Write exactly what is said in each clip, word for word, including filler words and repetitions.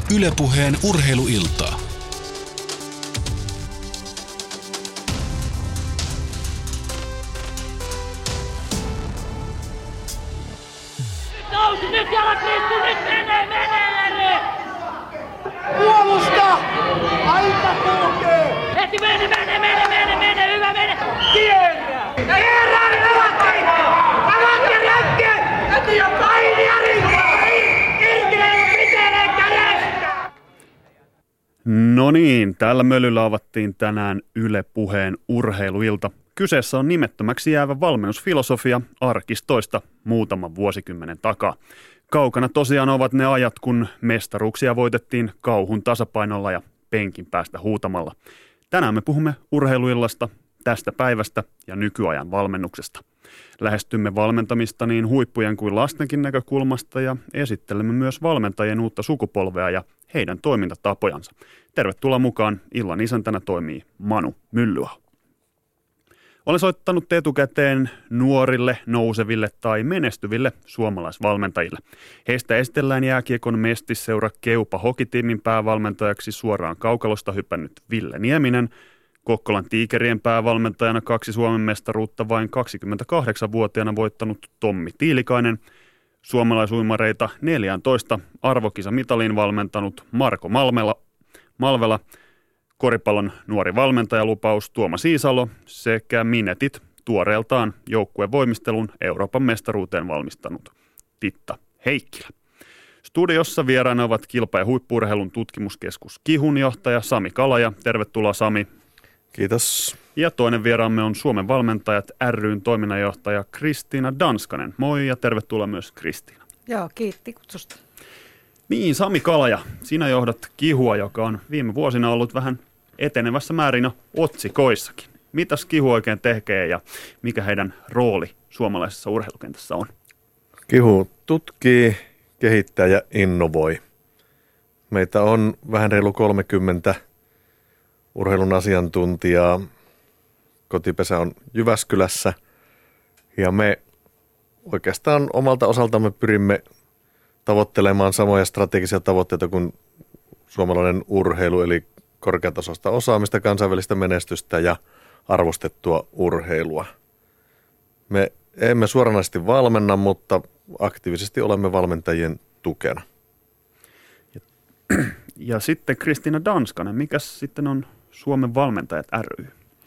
Yle Puheen urheiluiltaa. Nousi nyt jalan Kristi, nyt menee, menee! Puolusta! Aika kulkee! Heti mene, mene, mene, mene, mene, hyvä mene! Kierrä! Kierrä! Avatti! Avatti rätke! Heti jo painia riittää! Irkinen pitelee kädestä! No niin, täällä Mölyllä avattiin tänään Yle Puheen urheiluilta. Kyseessä on nimettömäksi jäävä valmennusfilosofia arkistoista muutaman vuosikymmenen takaa. Kaukana tosiaan ovat ne ajat, kun mestaruuksia voitettiin kauhun tasapainolla ja penkin päästä huutamalla. Tänään me puhumme urheiluillasta, tästä päivästä ja nykyajan valmennuksesta. Lähestymme valmentamista niin huippujen kuin lastenkin näkökulmasta ja esittelemme myös valmentajien uutta sukupolvea ja heidän toimintatapojansa. Tervetuloa mukaan, illan isäntänä toimii Manu Myllyaho. Olen soittanut etukäteen nuorille, nouseville tai menestyville suomalaisvalmentajille. Heistä esitellään jääkiekon mestisseura Keupa Hokitiimin päävalmentajaksi suoraan kaukalosta hypännyt Ville Nieminen, Kokkolan Tiikerien päävalmentajana kaksi Suomen mestaruutta vain kaksikymmentäkahdeksanvuotiaana voittanut Tommi Tiilikainen, suomalaisuimareita neljätoista arvokisamitalin valmentanut Marko Malmela, Malvela, koripallon nuori valmentajalupaus Tuomas Iisalo sekä Minetit tuoreeltaan joukkuevoimistelun Euroopan mestaruuteen valmistanut Titta Heikkilä. Studiossa vieraana ovat kilpa- ja huippu-urheilun tutkimuskeskus Kihun johtaja Sami Kalaja. Tervetuloa Sami. Kiitos. Ja toinen vieraamme on Suomen valmentajat ry:n toiminnanjohtaja Kristiina Danskanen. Moi ja tervetuloa myös Kristiina. Joo, kiitti kutsusta. Niin, Sami Kalaja, sinä johdat Kihua, joka on viime vuosina ollut vähän etenevässä määrin jo otsikoissakin. Mitäs Kihu oikein tekee ja mikä heidän rooli suomalaisessa urheilukentässä on? Kihu tutkii, kehittää ja innovoi. Meitä on vähän reilu kolmekymmentä urheilun asiantuntijaa. Kotipesä on Jyväskylässä ja me oikeastaan omalta osaltamme pyrimme tavoittelemaan samoja strategisia tavoitteita kuin suomalainen urheilu, eli korkeatasoista osaamista, kansainvälistä menestystä ja arvostettua urheilua. Me emme suoranaisesti valmenna, mutta aktiivisesti olemme valmentajien tukena. Ja, ja sitten Kristiina Danskanen, mikä sitten on Suomen valmentajat ry?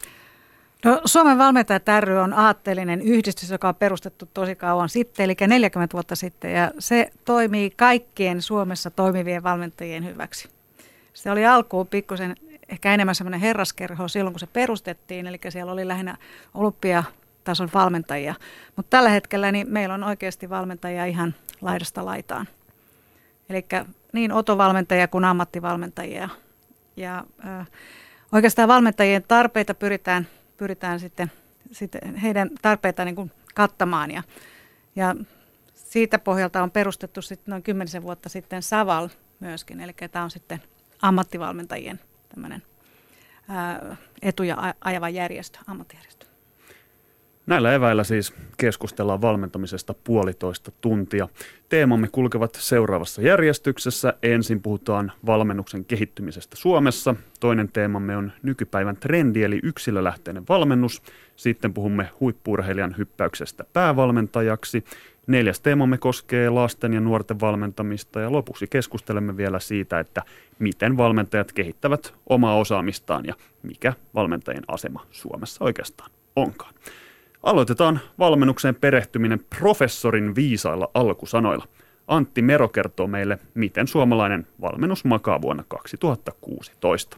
No, Suomen valmentajat ry on aatteellinen yhdistys, joka on perustettu tosi kauan sitten, eli neljäkymmentä vuotta sitten, ja se toimii kaikkien Suomessa toimivien valmentajien hyväksi. Se oli alkuun pikkusen ehkä enemmän semmoinen herraskerho silloin, kun se perustettiin, eli siellä oli lähinnä olympiatason valmentajia. Mutta tällä hetkellä niin meillä on oikeasti valmentajia ihan laidasta laitaan. Eli niin otovalmentajia kuin ammattivalmentajia. Ja äh, oikeastaan valmentajien tarpeita pyritään, pyritään sitten, sitten heidän tarpeitaan niin kuin kattamaan. Ja, ja siitä pohjalta on perustettu sitten noin kymmenisen vuotta sitten Saval myöskin, eli tämä on sitten ammattivalmentajien tämmöinen ää, etuja ajava järjestö, ammattijärjestö. Näillä eväillä siis keskustellaan valmentamisesta puolitoista tuntia. Teemamme kulkevat seuraavassa järjestyksessä. Ensin puhutaan valmennuksen kehittymisestä Suomessa. Toinen teemamme on nykypäivän trendi eli yksilölähtöinen valmennus. Sitten puhumme huippu-urheilijan hyppäyksestä päävalmentajaksi. Neljäs teemamme koskee lasten ja nuorten valmentamista ja lopuksi keskustelemme vielä siitä, että miten valmentajat kehittävät omaa osaamistaan ja mikä valmentajien asema Suomessa oikeastaan onkaan. Aloitetaan valmennukseen perehtyminen professorin viisailla alkusanoilla. Antti Mero kertoo meille, miten suomalainen valmennus makaa vuonna kaksituhattakuusitoista.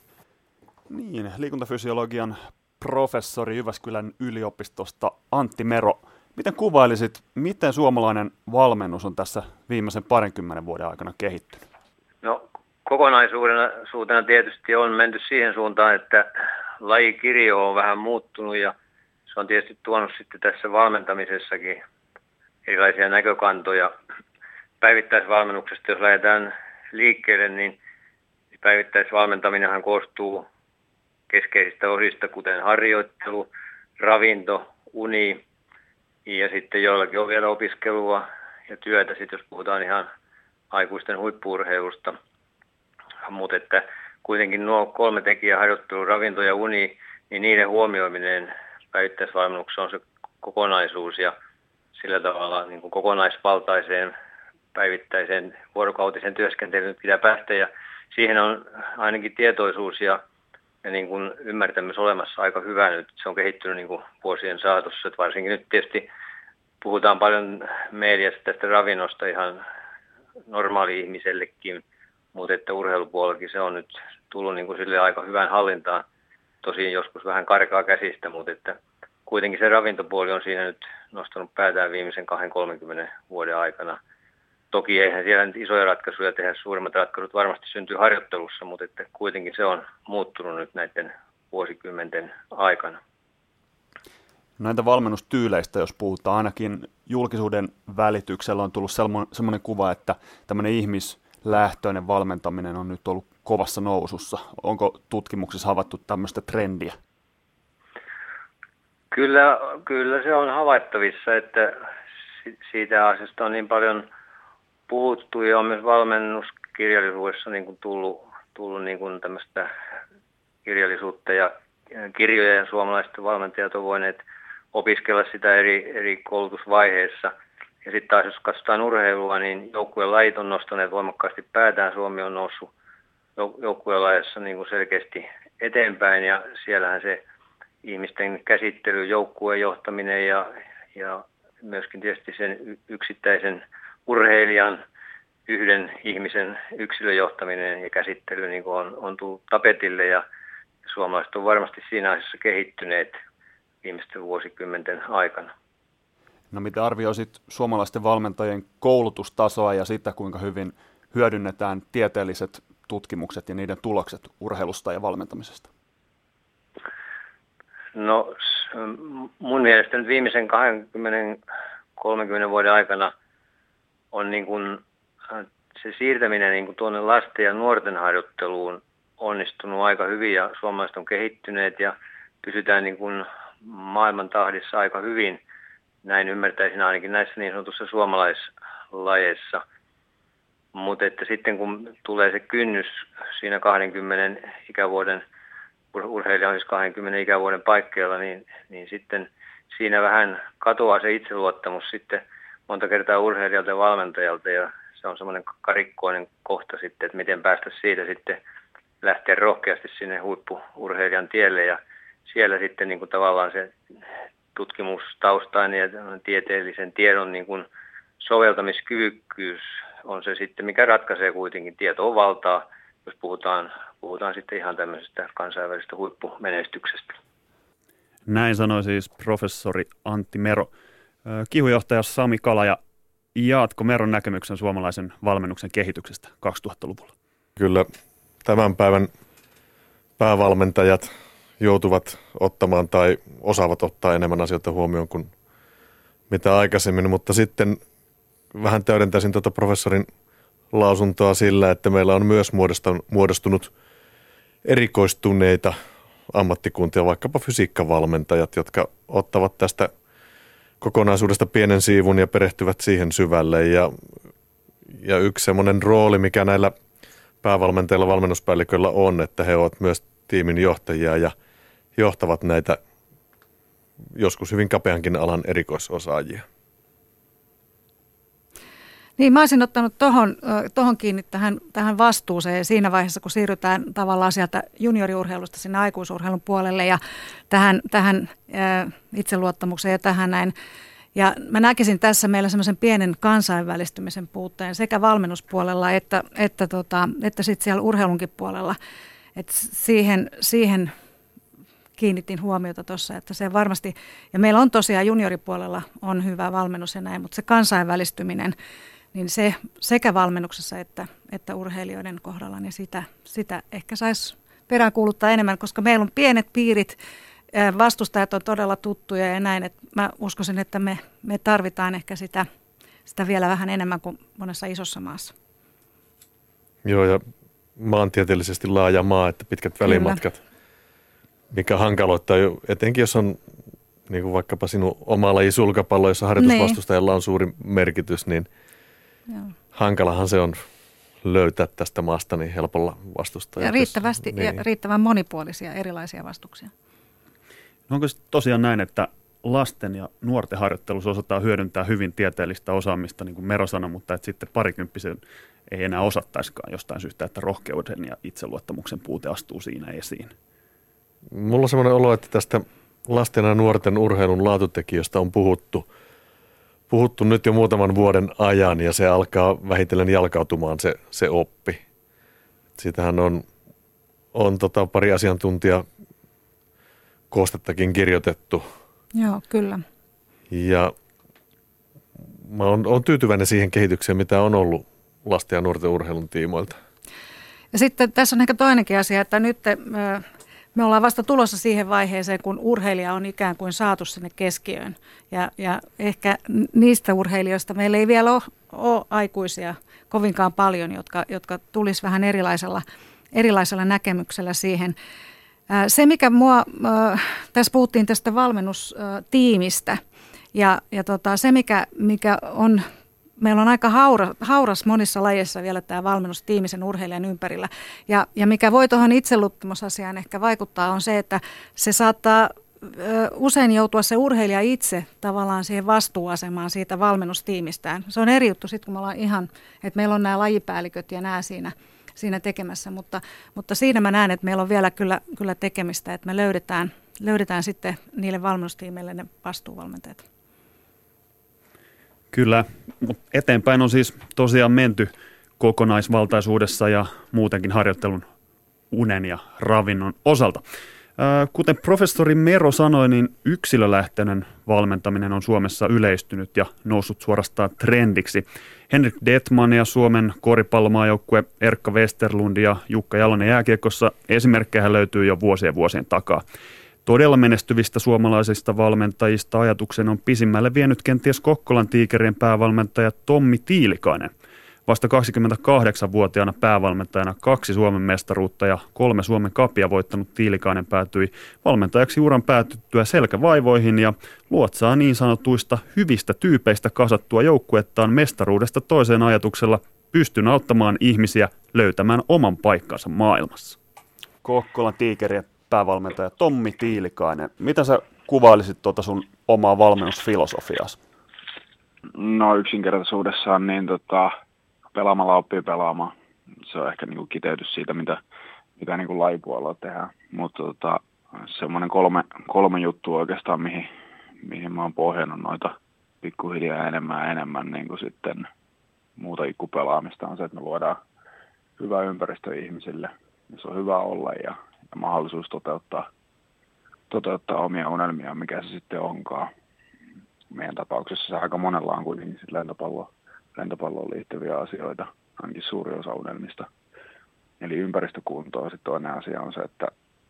Niin, liikuntafysiologian professori Jyväskylän yliopistosta Antti Mero. Miten kuvailisit, miten suomalainen valmennus on tässä viimeisen parinkymmenen vuoden aikana kehittynyt? No kokonaisuutena tietysti on menty siihen suuntaan, että lajikirjo on vähän muuttunut ja se on tietysti tuonut sitten tässä valmentamisessakin erilaisia näkökantoja. Päivittäisvalmennuksesta, jos lähdetään liikkeelle, niin päivittäisvalmentaminenhan koostuu keskeisistä osista, kuten harjoittelu, ravinto, uni ja sitten joillakin on vielä opiskelua ja työtä, sitten jos puhutaan ihan aikuisten huippu-urheilusta. mutta että kuitenkin nuo kolme tekijää, harjoittelu, ravinto ja uni, niin niiden huomioiminen päivittäisvalmennuksessa on se kokonaisuus ja sillä tavalla niin kuin kokonaisvaltaiseen päivittäiseen vuorokautisen työskentelyyn pitää päästä ja siihen on ainakin tietoisuus ja, ja niin kuin ymmärtämys olemassa aika hyvä nyt. Se on kehittynyt niin kuin vuosien saatossa, että varsinkin nyt tietysti puhutaan paljon mediassa tästä ravinnosta ihan normaali-ihmisellekin, mutta että urheilupuolellakin se on nyt tullut niin kuin sille aika hyvään hallintaan. Tosin joskus vähän karkaa käsistä, mutta että kuitenkin se ravintopuoli on siinä nyt nostanut päätään viimeisen kaksikymmentä kolmekymmentä vuoden aikana. Toki eihän siellä nyt isoja ratkaisuja tehdä, suurimmat ratkaisut varmasti syntyy harjoittelussa, mutta että kuitenkin se on muuttunut nyt näiden vuosikymmenten aikana. Näitä valmennustyyleistä, jos puhutaan, ainakin julkisuuden välityksellä on tullut sellainen kuva, että tämmöinen ihmislähtöinen valmentaminen on nyt ollut kovassa nousussa. Onko tutkimuksissa havaittu tämmöistä trendiä? Kyllä, kyllä se on havaittavissa, että siitä asiasta on niin paljon puhuttu ja on myös valmennuskirjallisuudessa niin kuin tullut, tullut niin kuin tämmöistä kirjallisuutta ja kirjoja ja suomalaiset valmentajat on voineet opiskella sitä eri, eri koulutusvaiheessa. Ja sitten taas jos katsotaan urheilua, niin joukkuelajit on nostaneet voimakkaasti päätään. Suomi on noussut joukkuelajissa niin kuin selkeästi eteenpäin ja siellähän se ihmisten käsittely, joukkueen johtaminen ja, ja myöskin tietysti sen yksittäisen urheilijan, yhden ihmisen yksilöjohtaminen ja käsittely niin kuin on, on tullut tapetille ja suomalaiset on varmasti siinä asiassa kehittyneet viimeisten vuosikymmenten aikana. No mitä arvioisit suomalaisten valmentajien koulutustasoa ja sitä, kuinka hyvin hyödynnetään tieteelliset tutkimukset ja niiden tulokset urheilusta ja valmentamisesta? No mun mielestä nyt viimeisen kaksikymmentä kolmekymmentä vuoden aikana on niin kuin se siirtäminen niin kuin tuonne lasten ja nuorten harjoitteluun onnistunut aika hyvin ja suomalaiset on kehittyneet ja pysytään niin kuin maailman tahdissa aika hyvin. Näin ymmärtäisin ainakin näissä niin sanotussa suomalaislajeissa. Mutta että sitten kun tulee se kynnys siinä kaksikymmentä ikävuoden, urheilija on siis kaksikymmentä ikävuoden paikkeilla, niin, niin sitten siinä vähän katoaa se itseluottamus sitten monta kertaa urheilijalta ja valmentajalta ja se on semmoinen karikkoinen kohta sitten, että miten päästä siitä sitten lähteä rohkeasti sinne huippu-urheilijan tielle ja siellä sitten niin kuin tavallaan se tutkimustaustainen ja tieteellisen tiedon niin kuin soveltamiskyvykkyys on se sitten, mikä ratkaisee kuitenkin tietoa valtaa, jos puhutaan, puhutaan sitten ihan tämmöisestä kansainvälisestä huippumenestyksestä. Näin sanoi siis professori Antti Mero. Kihujohtaja Sami Kalaja, jaatko Meron näkemyksen suomalaisen valmennuksen kehityksestä kaksituhattaluvulla? Kyllä tämän päivän päävalmentajat joutuvat ottamaan tai osaavat ottaa enemmän asioita huomioon kuin mitä aikaisemmin, mutta sitten vähän täydentäisin tuota professorin lausuntoa sillä, että meillä on myös muodostunut erikoistuneita ammattikuntia, vaikkapa fysiikkavalmentajat, jotka ottavat tästä kokonaisuudesta pienen siivun ja perehtyvät siihen syvälle. Ja, ja yksi semmoinen rooli, mikä näillä päävalmentajilla, valmennuspäälliköillä on, että he ovat myös tiimin johtajia ja johtavat näitä joskus hyvin kapeankin alan erikoisosaajia. Niin, mä olisin ottanut tohon, tohon kiinni tähän, tähän vastuuseen siinä vaiheessa, kun siirrytään tavallaan sieltä junioriurheilusta sinne aikuisurheilun puolelle ja tähän, tähän ää, itseluottamukseen ja tähän näin. Ja mä näkisin tässä meillä semmoisen pienen kansainvälistymisen puutteen sekä valmennuspuolella että, että, tota, että sitten siellä urheilunkin puolella. Et siihen, siihen kiinnitin huomiota tuossa, että se varmasti, ja meillä on tosiaan junioripuolella on hyvä valmennus ja näin, mutta se kansainvälistyminen, niin se sekä valmennuksessa että, että urheilijoiden kohdalla, niin sitä, sitä ehkä saisi peräänkuuluttaa enemmän, koska meillä on pienet piirit, vastustajat on todella tuttuja ja näin, että mä uskoisin, että me, me tarvitaan ehkä sitä, sitä vielä vähän enemmän kuin monessa isossa maassa. Joo, ja maantieteellisesti laaja maa, että pitkät välimatkat, Kyllä. mikä hankaloittaa, etenkin jos on niin kuin vaikkapa sinun oma laji sulkapallo, jossa harjoitusvastustajalla on suuri merkitys, niin Joo. hankalahan se on löytää tästä maasta niin helpolla vastustajia. Ja riittävästi niin. ja riittävän monipuolisia erilaisia vastuksia. No onko tosiaan näin, että lasten ja nuorten harjoittelussa osataan hyödyntää hyvin tieteellistä osaamista, niin kuin Mero sanoi, mutta että sitten parikymppisen ei enää osattaisikaan jostain syystä, että rohkeuden ja itseluottamuksen puute astuu siinä esiin? Mulla on semmoinen olo, että tästä lasten ja nuorten urheilun laatutekijöistä on puhuttu, puhuttu nyt jo muutaman vuoden ajan ja se alkaa vähitellen jalkautumaan se, se oppi. Siitähän on, on tota pari asiantuntijaa koostettakin kirjoitettu. Joo, kyllä. Ja mä oon, oon tyytyväinen siihen kehitykseen, mitä on ollut lasten ja nuorten urheilun tiimoilta. Ja sitten tässä on ehkä toinenkin asia, että nyt me ollaan vasta tulossa siihen vaiheeseen, kun urheilija on ikään kuin saatu sinne keskiöön. Ja, ja ehkä niistä urheilijoista meillä ei vielä ole, ole aikuisia kovinkaan paljon, jotka, jotka tulisi vähän erilaisella, erilaisella näkemyksellä siihen. Se, mikä mua, tässä puhuttiin tästä valmennustiimistä ja, ja tota, se, mikä, mikä on, meillä on aika haura, hauras monissa lajeissa vielä tämä valmennustiimi sen urheilijan ympärillä. Ja, ja mikä voi tuohon itseluottamusasiaan ehkä vaikuttaa on se, että se saattaa usein joutua se urheilija itse tavallaan siihen vastuuasemaan siitä valmennustiimistään. Se on eri juttu sitten, kun me ollaan ihan, että meillä on nämä lajipäälliköt ja nämä siinä. siinä tekemässä, mutta, mutta siinä mä näen, että meillä on vielä kyllä, kyllä tekemistä, että me löydetään, löydetään sitten niille valmennustiimeille ne vastuuvalmentajat. Kyllä, mutta eteenpäin on siis tosiaan menty kokonaisvaltaisuudessa ja muutenkin harjoittelun unen ja ravinnon osalta. Kuten professori Mero sanoi, niin yksilölähtöinen valmentaminen on Suomessa yleistynyt ja noussut suorastaan trendiksi. Henrik Detman ja Suomen koripallomaajoukkue Erkka Westerlund ja Jukka Jalonen jääkiekossa esimerkkejä löytyy jo vuosien vuosien takaa. Todella menestyvistä suomalaisista valmentajista ajatuksen on pisimmälle vienyt kenties Kokkolan Tiikerien päävalmentaja Tommi Tiilikainen. Vasta kaksikymmentäkahdeksanvuotiaana päävalmentajana kaksi Suomen mestaruutta ja kolme Suomen kapia voittanut Tiilikainen päätyi valmentajaksi uran päätyttyä selkävaivoihin ja luotsaa niin sanotuista hyvistä tyypeistä kasattua joukkuettaan mestaruudesta toiseen ajatuksella pystyn auttamaan ihmisiä löytämään oman paikkansa maailmassa. Kokkolan Tiikerien päävalmentaja Tommi Tiilikainen, mitä sä kuvailisit tuota sun omaa valmennusfilosofiaasi? No yksinkertaisuudessaan niin tota... pelaamalla oppii pelaamaan. Se on ehkä niinku kiteytys siitä, mitä, mitä niinku lajipuolella tehdään. Mutta tota, semmoinen kolme, kolme juttua oikeastaan, mihin, mihin mä oon pohjannut noita pikkuhiljaa enemmän ja enemmän niinku sitten muuta ikkupelaamista on se, että me luodaan hyvä ympäristö ihmisille. Se on hyvä olla ja, ja mahdollisuus toteuttaa, toteuttaa omia unelmia, mikä se sitten onkaan. Meidän tapauksessa se aika monella on kuitenkin lentopalloa. lentopalloon liittyviä asioita, ainakin suuri osa unelmista. Eli ympäristökuntoa. Sitten toinen asia on se, että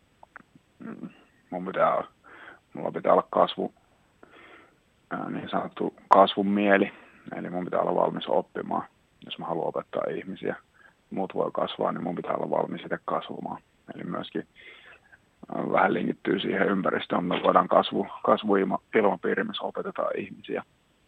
mun pitää, mulla pitää olla kasvu, niin sanottu kasvun mieli. Eli mun pitää olla valmis oppimaan, jos mä haluan opettaa ihmisiä. Muut voi kasvaa, niin mun pitää olla valmis itse kasvamaan. Eli myöskin vähän linkittyy siihen ympäristöön, me voidaan kasvu, kasvuilmapiiri, missä opetetaan ihmisiä.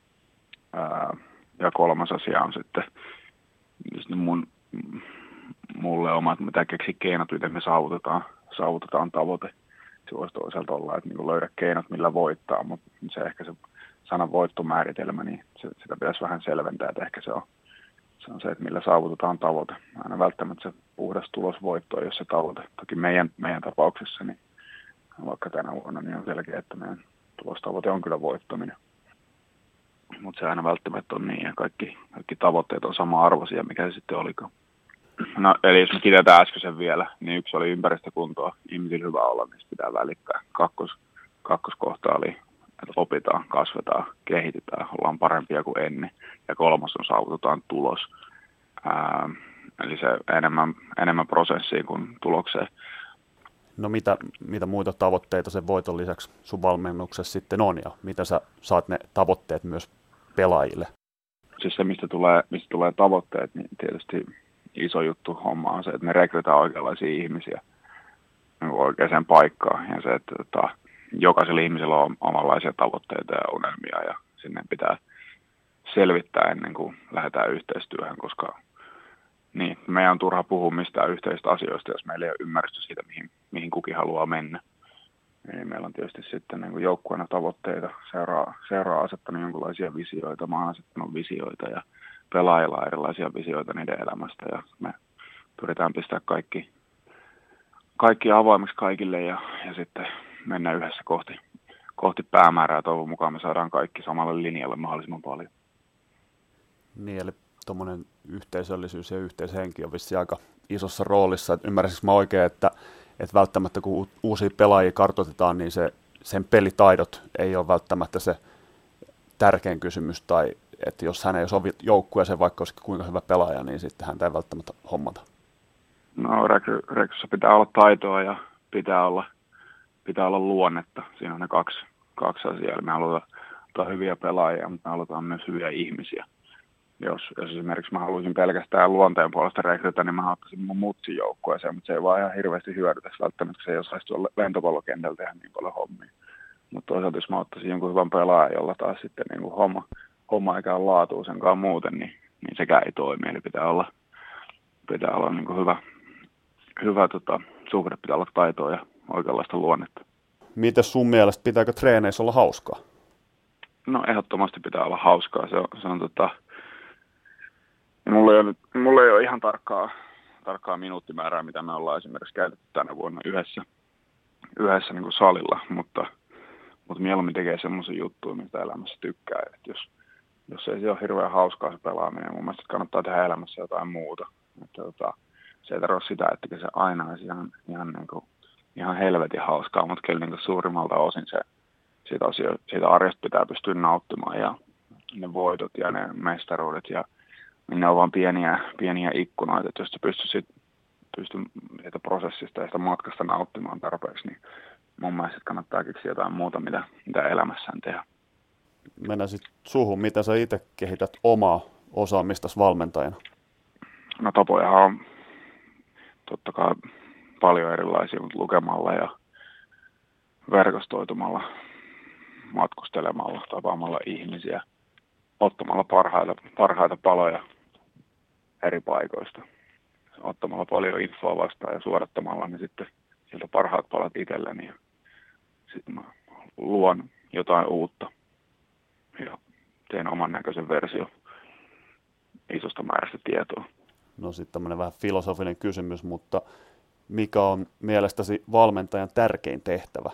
Ja kolmas asia on sitten mun, mulle omat, mitä keksi keinot, miten me saavutetaan, saavutetaan tavoite. Se voisi toisaalta olla, että niin löydä keinot, millä voittaa, mutta se ehkä se sanan voittomääritelmä, niin se, sitä pitäisi vähän selventää, että ehkä se on, se on se, että millä saavutetaan tavoite. Aina välttämättä se puhdas tulosvoitto, jos se tavoite. Toki meidän, meidän tapauksessa, niin vaikka tänä vuonna, niin on selkeä, että meidän tulostavoite on kyllä voittaminen. Mutta se aina välttämättä on niin, ja kaikki, kaikki tavoitteet on sama-arvoisia, mikä se sitten olikaan. No, eli jos me kiteytään äskeisen vielä, niin yksi oli ympäristökuntoa, ihmisillä hyvä olla, niin pitää välittää. Kakkos, kakkoskohta oli, että opitaan, kasvetaan, kehitetään, ollaan parempia kuin ennen. Ja kolmas on saavutetaan tulos. Ää, eli se enemmän, enemmän prosessia kuin tulokseen. No mitä, mitä muita tavoitteita sen voiton lisäksi sun valmennuksessa sitten on ja mitä sä saat ne tavoitteet myös pelaajille? Siis se, mistä tulee, mistä tulee tavoitteet, niin tietysti iso juttu homma on se, että me rekrytään oikeanlaisia ihmisiä niin oikeaan paikkaan. Ja se, että tota, jokaisella ihmisellä on omanlaisia tavoitteita ja unelmia ja sinne pitää selvittää ennen kuin lähdetään yhteistyöhön, koska niin meidän on turha puhua mistään yhteisistä asioista, jos meillä ei ole ymmärrystä siitä, mihin, mihin kukin haluaa mennä. Eli meillä on tietysti sitten niin kuin joukkueena tavoitteita, seuraa, seuraa asettanut jonkinlaisia visioita, mä oon asettanut visioita ja pelaajilla erilaisia visioita niiden elämästä ja me pyritään pistää kaikki, kaikki avoimeksi kaikille ja, ja sitten mennä yhdessä kohti, kohti päämäärää. Toivon mukaan me saadaan kaikki samalle linjalle mahdollisimman paljon. Niin, eli tuommoinen yhteisöllisyys ja yhteishenki on vissiin aika isossa roolissa. Et ymmärsinkö mä oikein, että, että välttämättä kun uusia pelaajia kartoitetaan, niin se, sen pelitaidot ei ole välttämättä se tärkein kysymys, tai että jos hän ei sovi joukkueeseen, vaikka olisikin kuinka hyvä pelaaja, niin sitten häntä ei välttämättä hommata. No rekry, rekryssä pitää olla taitoa ja pitää olla, pitää olla luonnetta. Siinä on ne kaksi, kaksi asiaa. Eli me halutaan hyviä pelaajia, mutta me halutaan myös hyviä ihmisiä. Jos, jos esimerkiksi mä haluaisin pelkästään luonteen puolesta rekrytä, niin mä ottaisin mun mutsin joukkueeseen, mutta se ei vaan ihan hirveästi hyödytäisi välttämättä, se ei osaisi tuolla lentopallokentällä tehdä niin paljon hommia. Mutta toisaalta jos mä ottaisin jonkun hyvän pelaajan, jolla taas sitten niin kuin homma, homma eikä ole laatuisenkaan muuten, niin, niin sekään ei toimi. Eli pitää olla, pitää olla niin kuin hyvä, hyvä tota, suhde, pitää olla taitoa ja oikeanlaista luonnetta. Miten sun mielestä, pitääkö treeneissä olla hauskaa? No ehdottomasti pitää olla hauskaa. Se on, se on tota, mulla ei ole, mulla ei ole ihan tarkkaa, tarkkaa minuuttimäärää, mitä me ollaan esimerkiksi käytetty tänä vuonna yhdessä, yhdessä niin kuin salilla, mutta, mutta mieluummin tekee semmoisia juttuja, mitä elämässä tykkää. Et jos, jos ei se ole hirveän hauskaa se pelaaminen, mun mielestä kannattaa tehdä elämässä jotain muuta. Että, tota, se ei tarvitse sitä, että se aina olisi ihan, ihan, niin kuin, ihan helvetin hauskaa, mutta kyllä niin kuin suurimmalta osin se, siitä, asio, siitä arjesta pitää pystyä nauttimaan ja ne voitot ja ne mestaruudet ja ne on vaan pieniä, pieniä ikkunoita, että jos sä pystyt pysty siitä prosessista ja sitä matkasta nauttimaan tarpeeksi, niin mun mielestä kannattaa keksiä jotain muuta, mitä, mitä elämässään tehdä. Mennään sitten suhun, mitä sä itse kehität omaa osaamistasi valmentajana? No tapojahan on totta kai paljon erilaisia, mutta lukemalla ja verkostoitumalla, matkustelemalla, tapaamalla ihmisiä, ottamalla parhaita, parhaita paloja eri paikoista, ottamalla paljon infoa vastaan ja suodattamalla niin sitten sieltä parhaat palat itselleni ja sitten mä luon jotain uutta ja teen oman näköisen versio isosta määrästä tietoa. No sitten tämmöinen vähän filosofinen kysymys, mutta mikä on mielestäsi valmentajan tärkein tehtävä?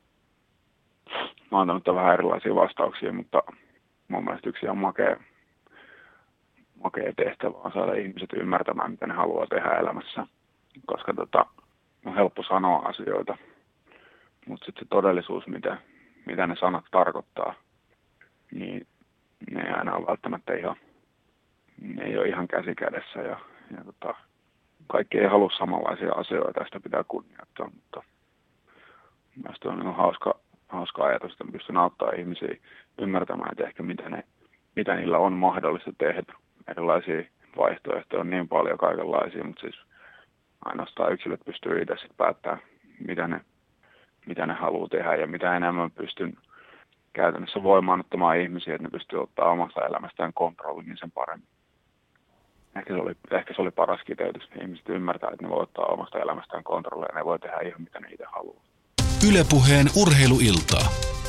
Mä oon antanut vähän erilaisia vastauksia, mutta mun mielestä yksi ihan makea, makea tehtävä on saada ihmiset ymmärtämään, mitä ne haluaa tehdä elämässä. Koska tota, on helppo sanoa asioita, mutta sitten se todellisuus, mitä, mitä ne sanat tarkoittaa, niin ne ei aina ole välttämättä ihan, ne ei ole ihan käsikädessä. Ja, ja tota, kaikki ei halua samanlaisia asioita ja sitä pitää kunnioittaa, mutta mielestäni on niin hauska, hauska ajatus, että pystyn auttamaan ihmisiä ymmärtämään, että ehkä mitä, ne, mitä niillä on mahdollista tehdä. Erilaisia vaihtoehtoja on niin paljon kaikenlaisia, mutta siis ainoastaan yksilöt pystyy itse sitten päättämään, mitä ne, mitä ne haluaa tehdä ja mitä enemmän pystyn käytännössä voimaannuttamaan ihmisiä, että ne pystyy ottaa omasta elämästään kontrollin, niin sen paremmin. Ehkä se oli, ehkä se oli paras kiteytys. Ihmiset ymmärtää, että ne voi ottaa omasta elämästään kontrollia ja ne voi tehdä ihan mitä ne itse haluaa. Yle Puheen urheiluiltaa.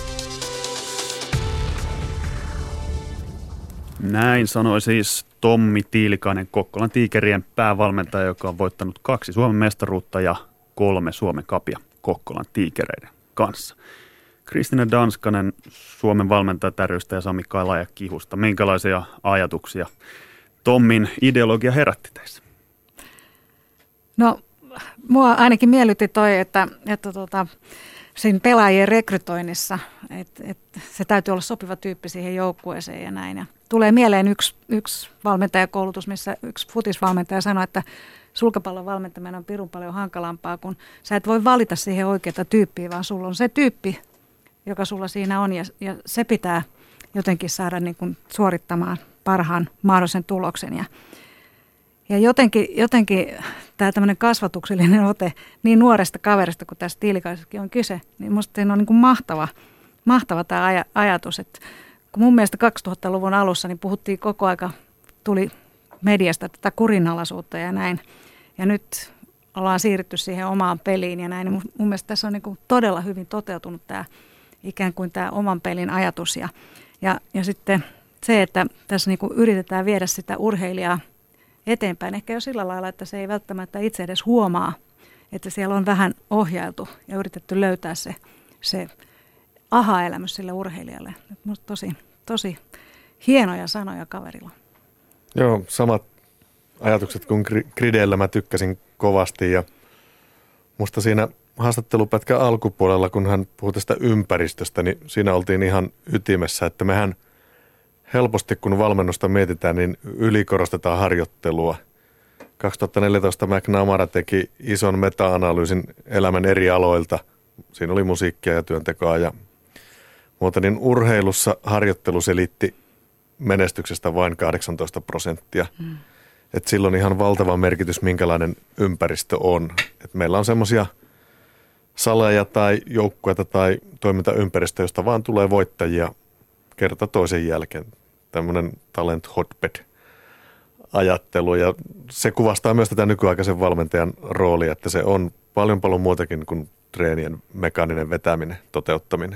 Näin sanoi siis Tommi Tiilikainen, Kokkolan Tiikerien päävalmentaja, joka on voittanut kaksi Suomen mestaruutta ja kolme Suomen kapia Kokkolan Tiikereiden kanssa. Kristiina Danskanen Suomen valmentaja rystä ja Sami Kalaja Kihusta. Minkälaisia ajatuksia Tommin ideologia herätti teissä? No, mua ainakin miellytti toi, että, että tota, siinä pelaajien rekrytoinnissa, että, että se täytyy olla sopiva tyyppi siihen joukkueeseen ja näin. Ja tulee mieleen yksi, yksi valmentajakoulutus, missä yksi futisvalmentaja sanoi, että sulkapallon valmentaminen on pirun paljon hankalampaa, kun sä et voi valita siihen oikeaa tyyppiä, vaan sulla on se tyyppi, joka sulla siinä on, ja, ja se pitää jotenkin saada niin kuin suorittamaan parhaan mahdollisen tuloksen. Ja, ja jotenkin, jotenkin tämä tämmöinen kasvatuksellinen ote niin nuoresta kaverista kuin tässä Tiilikaisessakin on kyse, niin musta on niin kuin mahtava, mahtava tämä aj- ajatus, että kun mun mielestä kaksituhattaluvun alussa niin puhuttiin koko aika, tuli mediasta tätä kurinalaisuutta ja näin. Ja nyt ollaan siirrytty siihen omaan peliin ja näin. Mun, mun mielestä tässä on niin kuin todella hyvin toteutunut tämä ikään kuin tämä oman pelin ajatus. Ja, ja, ja sitten se, että tässä niin kuin yritetään viedä sitä urheilijaa eteenpäin, ehkä jo sillä lailla, että se ei välttämättä itse edes huomaa, että siellä on vähän ohjailtu ja yritetty löytää se, se aha-elämys sille urheilijalle. Minusta tosi, tosi hienoja sanoja kaverilla. Joo, samat ajatukset kuin Gridellä mä tykkäsin kovasti ja musta siinä haastattelupätkän alkupuolella, kun hän puhui tästä ympäristöstä, niin siinä oltiin ihan ytimessä, että mehän helposti kun valmennusta mietitään, niin ylikorostetaan harjoittelua. kaksituhattaneljätoista McNamara teki ison meta-analyysin elämän eri aloilta. Siinä oli musiikkia ja työntekoa ja muuta, niin urheilussa harjoittelu selitti menestyksestä vain kahdeksantoista prosenttia. Mm. Et silloin ihan valtava merkitys, minkälainen ympäristö on. Et meillä on semmoisia saleja tai joukkueita tai toimintaympäristöjä, josta vaan tulee voittajia kerta toisen jälkeen. Tämmöinen talent hotbed-ajattelu. Ja se kuvastaa myös tätä nykyaikaisen valmentajan roolia, että se on paljon paljon muutakin kuin treenien mekaaninen vetäminen, toteuttaminen.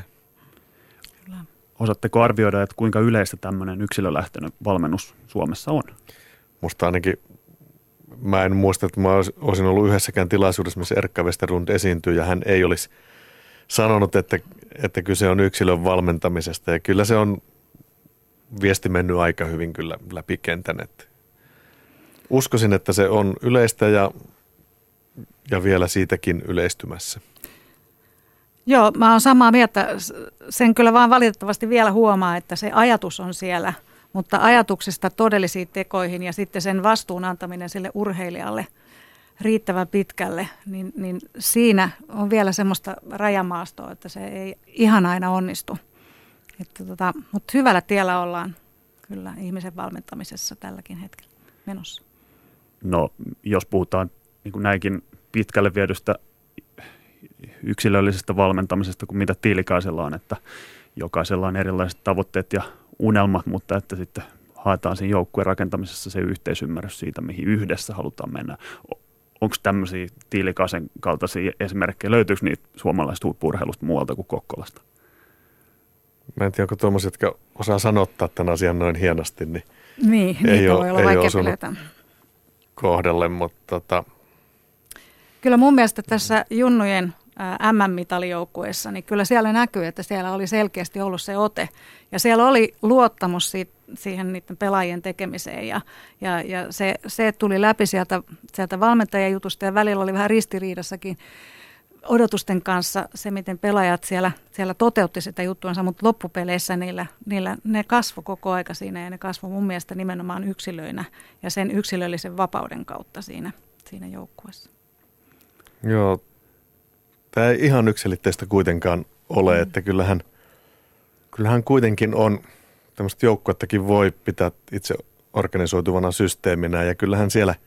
Osaatteko arvioida, että kuinka yleistä tämmöinen yksilölähtöinen valmennus Suomessa on? Musta ainakin, mä en muista, että mä olisin ollut yhdessäkään tilaisuudessa, missä Erkka Westerlund esiintyy ja hän ei olisi sanonut, että, että kyse on yksilön valmentamisesta. Ja kyllä se on viesti mennyt aika hyvin kyllä läpi kentän. Että uskoisin, että se on yleistä ja, ja vielä siitäkin yleistymässä. Joo, mä oon samaa mieltä. Sen kyllä vaan valitettavasti vielä huomaa, että se ajatus on siellä, mutta ajatuksesta todellisiin tekoihin ja sitten sen vastuun antaminen sille urheilijalle riittävän pitkälle, niin, niin siinä on vielä semmoista rajamaastoa, että se ei ihan aina onnistu. Että tota, mutta hyvällä tiellä ollaan kyllä ihmisen valmentamisessa tälläkin hetkellä menossa. No, jos puhutaan niin kuin näinkin pitkälle viedystä yksilöllisestä valmentamisesta kuin mitä Tiilikaisella on, että jokaisella on erilaiset tavoitteet ja unelmat, mutta että sitten haetaan siinä joukkueen rakentamisessa se yhteisymmärrys siitä, mihin yhdessä halutaan mennä. Onko tämmöisiä Tiilikaisen kaltaisia esimerkkejä? Löytyykö niitä suomalaisesta huippu-urheilusta muualta kuin Kokkolasta? Mä en tiedä, onko tuommoisia, jotka osaa sanottaa tämän asian noin hienosti, niin, niin ei niitä ole, voi olla ei vaikea osunut pelätä kohdalle, mutta tota. Kyllä mun mielestä tässä junnujen äm äm-mitalijoukkueessa, niin kyllä siellä näkyy, että siellä oli selkeästi ollut se ote. Ja siellä oli luottamus siitä, siihen niiden pelaajien tekemiseen ja, ja, ja se, se tuli läpi sieltä, sieltä valmentajan jutusta ja välillä oli vähän ristiriidassakin odotusten kanssa se, miten pelaajat siellä, siellä toteutti sitä juttuansa, mutta loppupeleissä niillä, niillä, ne kasvoi koko aika siinä ja ne kasvoi mun mielestä nimenomaan yksilöinä ja sen yksilöllisen vapauden kautta siinä, siinä joukkueessa. Joo, tämä ei ihan yksilitteistä kuitenkaan ole, mm. että kyllähän, kyllähän kuitenkin on, tämmöistä joukkuettakin voi pitää itse organisoituvana systeeminä ja kyllähän siellä,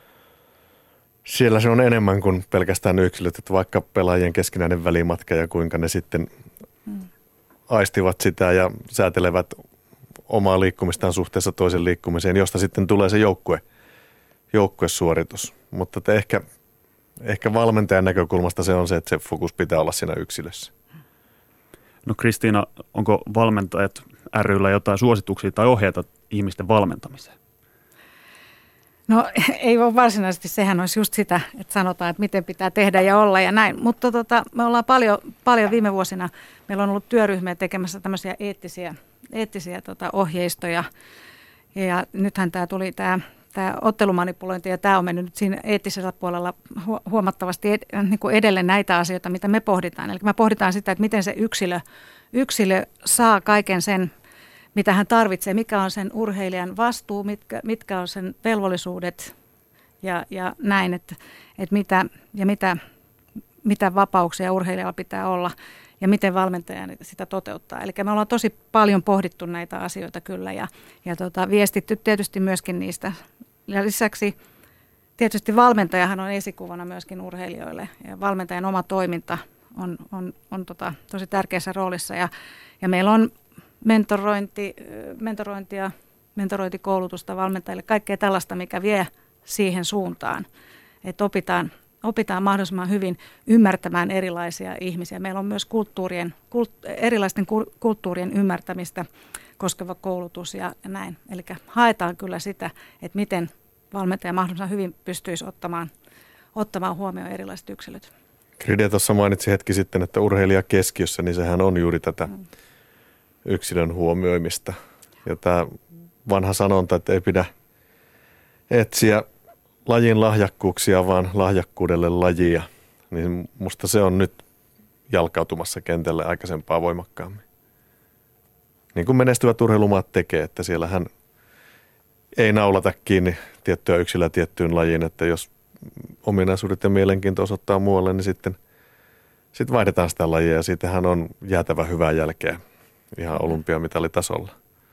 siellä se on enemmän kuin pelkästään yksilöt, että vaikka pelaajien keskinäinen välimatka ja kuinka ne sitten mm. aistivat sitä ja säätelevät omaa liikkumistaan suhteessa toisen liikkumiseen, josta sitten tulee se joukkue, joukkuesuoritus, mutta te ehkä... Ehkä valmentajan näkökulmasta se on se, että se fokus pitää olla siinä yksilössä. No Kristiina, onko valmentajat ry:llä jotain suosituksia tai ohjeita ihmisten valmentamiseen? No ei ole varsinaisesti, sehän olisi just sitä, että sanotaan, että miten pitää tehdä ja olla ja näin. Mutta tota, me ollaan paljon, paljon viime vuosina, meillä on ollut työryhmiä tekemässä tämmöisiä eettisiä, eettisiä tota, ohjeistoja. Ja nythän tämä tuli tämä... Tämä ottelumanipulointi ja tämä on mennyt nyt siinä eettisellä puolella huomattavasti ed- niin kuin edelle näitä asioita, mitä me pohditaan. Eli me pohditaan sitä, että miten se yksilö, yksilö saa kaiken sen, mitä hän tarvitsee, mikä on sen urheilijan vastuu, mitkä, mitkä on sen velvollisuudet ja, ja näin, että, että mitä, ja mitä, mitä vapauksia urheilijalla pitää olla ja miten valmentaja sitä toteuttaa. Eli me ollaan tosi paljon pohdittu näitä asioita kyllä ja, ja tota, viestitty tietysti myöskin niistä. Ja lisäksi tietysti valmentajahan on esikuvana myöskin urheilijoille ja valmentajan oma toiminta on, on, on tota, tosi tärkeässä roolissa ja, ja meillä on mentorointi, mentorointia mentorointikoulutusta valmentajille, kaikkea tällaista, mikä vie siihen suuntaan, että opitaan, opitaan mahdollisimman hyvin ymmärtämään erilaisia ihmisiä. Meillä on myös kulttuurien, kult, erilaisten kulttuurien ymmärtämistä koskeva koulutus ja näin. Eli haetaan kyllä sitä, että miten valmentaja mahdollisimman hyvin pystyisi ottamaan, ottamaan huomioon erilaiset yksilöt. Kride tuossa mainitsi hetki sitten, että urheilija keskiössä, niin sehän on juuri tätä mm. yksilön huomioimista. Ja tämä vanha sanonta, että ei pidä etsiä lajin lahjakkuuksia, vaan lahjakkuudelle lajia, niin musta se on nyt jalkautumassa kentälle aikaisempaa voimakkaammin. Niin kuin menestyvät urheilumaat tekee, että siellähän ei naulata kiinni tiettyä yksilöä tiettyyn lajiin, että jos ominaisuudet ja mielenkiinto osoittaa muualle, niin sitten, sitten vaihdetaan sitä lajia ja siitähän on jäätävä hyvää jälkeä ihan olympiamitalitasolla.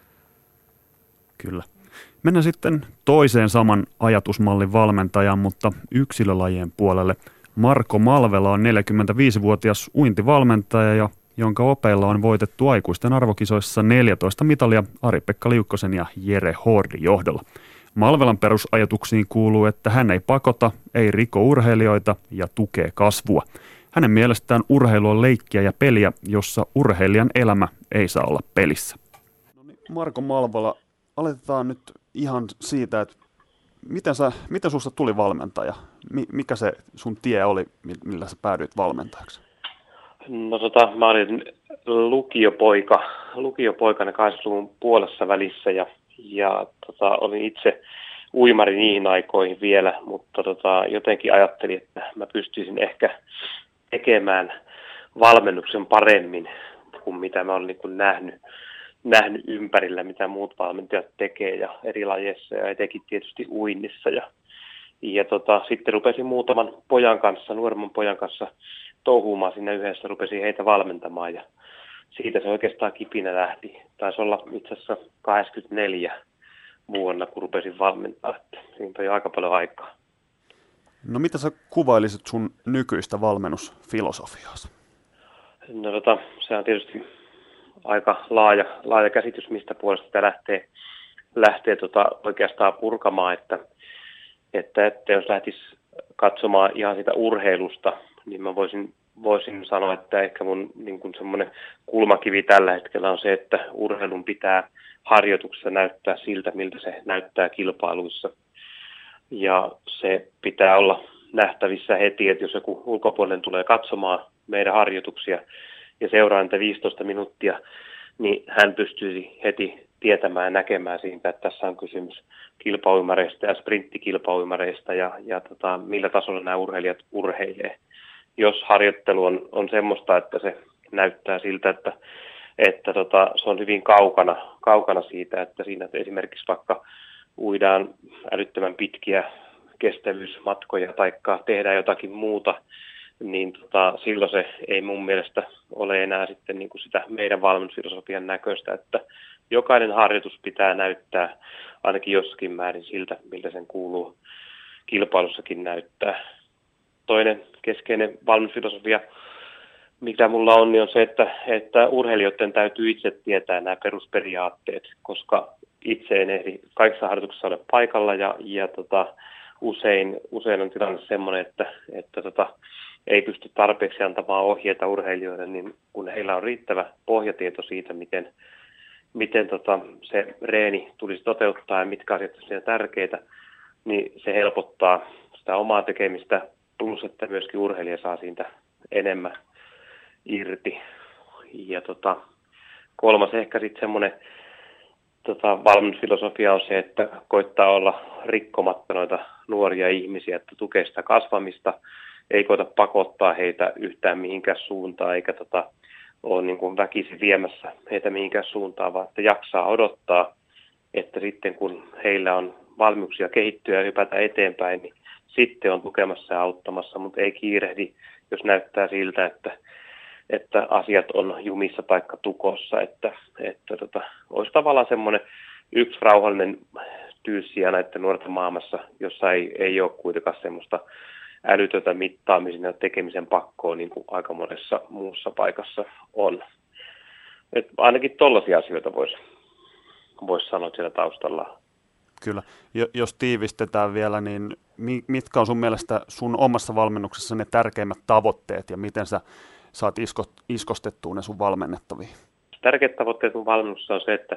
Kyllä. Mennään sitten toiseen saman ajatusmallin valmentajaan, mutta yksilölajien puolelle. Marko Malvela on neljäkymmentäviisivuotias uintivalmentaja, jonka opeilla on voitettu aikuisten arvokisoissa neljätoista mitalia Ari-Pekka Liukkosen ja Jere Hordin johdolla. Malvelan perusajatuksiin kuuluu, että hän ei pakota, ei riko urheilijoita ja tukee kasvua. Hänen mielestään urheilu on leikkiä ja peliä, jossa urheilijan elämä ei saa olla pelissä. No niin, Marko Malvela, aloitetaan nyt ihan siitä, että miten, sä, miten susta tuli valmentaja? Mikä se sun tie oli, millä sä päädyit valmentajaksi? No tota, mä olin lukiopoika, lukiopoikana kahdeksankymmentäluvun puolessa välissä ja, ja tota, olin itse uimari niihin aikoihin vielä, mutta tota, jotenkin ajattelin, että mä pystyisin ehkä tekemään valmennuksen paremmin kuin mitä mä olen niin kuin nähnyt, nähnyt ympärillä, mitä muut valmentajat tekee ja eri lajeissa ja etenkin tietysti uinnissa. Ja, ja tota, sitten rupesin muutaman pojan kanssa, nuoremman pojan kanssa touhuumaan sinne yhdessä, rupesin heitä valmentamaan ja siitä se oikeastaan kipinä lähti. Taisi olla itse asiassa kahdeksankymmentäneljä vuonna, kun rupesin valmentaa, että siinä on jo aika paljon aikaa. No mitä sä kuvailisit sun nykyistä valmennusfilosofiaa? No tota, se on tietysti aika laaja, laaja käsitys, mistä puolesta sitä lähtee, lähtee tota oikeastaan purkamaan, että, että, että jos lähtisi katsomaan ihan sitä urheilusta, niin mä voisin, voisin sanoa, että ehkä mun niin kuin semmoinen kulmakivi tällä hetkellä on se, että urheilun pitää harjoituksessa näyttää siltä, miltä se näyttää kilpailuissa. Ja se pitää olla nähtävissä heti, että jos joku ulkopuolinen tulee katsomaan meidän harjoituksia ja seuraa niitä viisitoista minuuttia, niin hän pystyisi heti tietämään ja näkemään siitä, että tässä on kysymys kilpauimareista ja sprinttikilpauimareista ja, ja tota, millä tasolla nämä urheilijat urheilee. Jos harjoittelu on, on semmoista, että se näyttää siltä, että, että tota, se on hyvin kaukana, kaukana siitä, että siinä että esimerkiksi vaikka uidaan älyttömän pitkiä kestävyysmatkoja tai tehdään jotakin muuta, niin tota, silloin se ei mun mielestä ole enää sitten niin kuin sitä meidän valmennusfilosofian näköistä, että jokainen harjoitus pitää näyttää ainakin jossakin määrin siltä, miltä sen kuuluu kilpailussakin näyttää. Toinen keskeinen valmennusfilosofia, mikä mulla on, niin on se, että, että urheilijoiden täytyy itse tietää nämä perusperiaatteet, koska itse en ehdi kaikissa harjoituksissa ole paikalla ja, ja tota, usein, usein on tilanne semmoinen, että, että tota, ei pysty tarpeeksi antamaan ohjeita urheilijoille, niin kun heillä on riittävä pohjatieto siitä, miten, miten tota, se reeni tulisi toteuttaa ja mitkä asiat ovat tärkeitä, niin se helpottaa sitä omaa tekemistä, plus että myöskin urheilija saa siitä enemmän irti. Ja tota, kolmas ehkä sitten semmoinen tota, valmennusfilosofia on se, että koittaa olla rikkomatta noita nuoria ihmisiä, että tukee sitä kasvamista, ei koita pakottaa heitä yhtään mihinkään suuntaan, eikä tota, ole niin kuin väkisin viemässä heitä mihinkään suuntaan, vaan että jaksaa odottaa, että sitten kun heillä on valmiuksia kehittyä ja hypätä eteenpäin, niin sitten on tukemassa ja auttamassa, mutta ei kiirehdi, jos näyttää siltä, että, että asiat on jumissa tai tukossa, että, että tota, olisi tavallaan semmoinen yksi rauhallinen tyyssiä näiden nuorten maailmassa, jossa ei, ei ole kuitenkaan semmoista älytöntä mittaamisen ja tekemisen pakkoa, niin kuin aika monessa muussa paikassa on. Et ainakin tollaisia asioita voisi voisi sanoa siellä taustalla. Kyllä. Jos tiivistetään vielä, niin mitkä on sun mielestä sun omassa valmennuksessa ne tärkeimmät tavoitteet ja miten sä saat isko, iskostettua ne sun valmennettaviin? Tärkeät tavoitteet mun valmennuksessa on se, että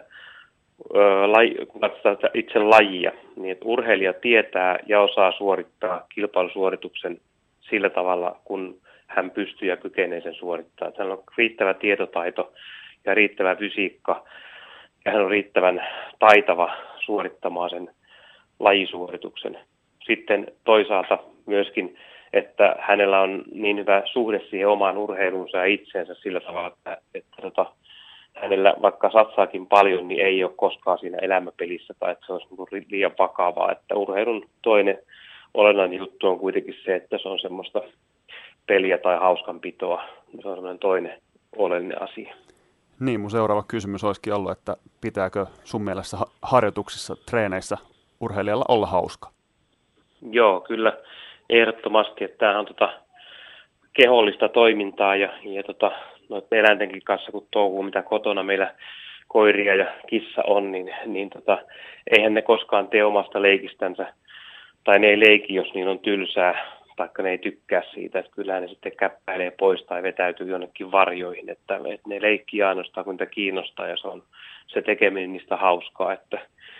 ö, laji, kun katsotaan itse lajia, niin että urheilija tietää ja osaa suorittaa kilpailusuorituksen sillä tavalla, kun hän pystyy ja kykenee sen suorittamaan. Hänellä on riittävä tietotaito ja riittävä fysiikka ja hän on riittävän taitava suorittamaan sen lajisuorituksen. Sitten toisaalta myöskin, että hänellä on niin hyvä suhde siihen omaan urheiluunsa ja itseensä sillä tavalla, että, että tota, hänellä vaikka satsaakin paljon, niin ei ole koskaan siinä elämäpelissä tai että se olisi niin liian vakavaa. Että urheilun toinen olennainen juttu on kuitenkin se, että se on semmoista peliä tai hauskanpitoa. Se on semmoinen toinen oleellinen asia. Niin, mun seuraava kysymys olisikin ollut, että pitääkö sun mielestä harjoituksissa, treeneissä urheilijalla olla hauska? Joo, kyllä ehdottomasti, että tämä on tota kehollista toimintaa ja, ja tota, noiden eläintenkin kanssa kun touhuu, mitä kotona meillä koiria ja kissa on, niin, niin tota, eihän ne koskaan tee omasta leikistänsä, tai ne ei leiki, jos niin on tylsää, taikka ne ei tykkää siitä, että kyllähän ne sitten käppäilee pois tai vetäytyy jonnekin varjoihin, että, että ne leikkii ainoastaan, kun niitä kiinnostaa ja se on se tekeminen niistä hauskaa, että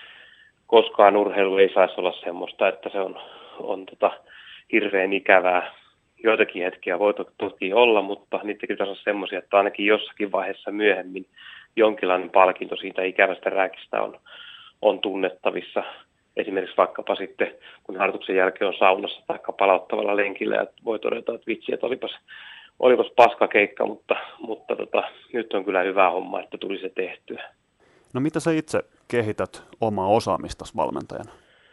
koskaan urheilu ei saisi olla semmoista, että se on, on tota, hirveän ikävää. Joitakin hetkiä voi toki olla, mutta niitäkin pitäisi olla semmoisia, että ainakin jossakin vaiheessa myöhemmin jonkinlainen palkinto siitä ikävästä rääkistä on, on tunnettavissa. Esimerkiksi vaikkapa sitten, kun harjoituksen jälkeen on saunassa tai palauttavalla lenkillä, että voi todeta, että vitsi, että olipas, olipas paskakeikka, mutta, mutta tota, nyt on kyllä hyvä homma, että tuli se tehtyä. No mitä sä itse kehität omaa osaamistasi valmentajana?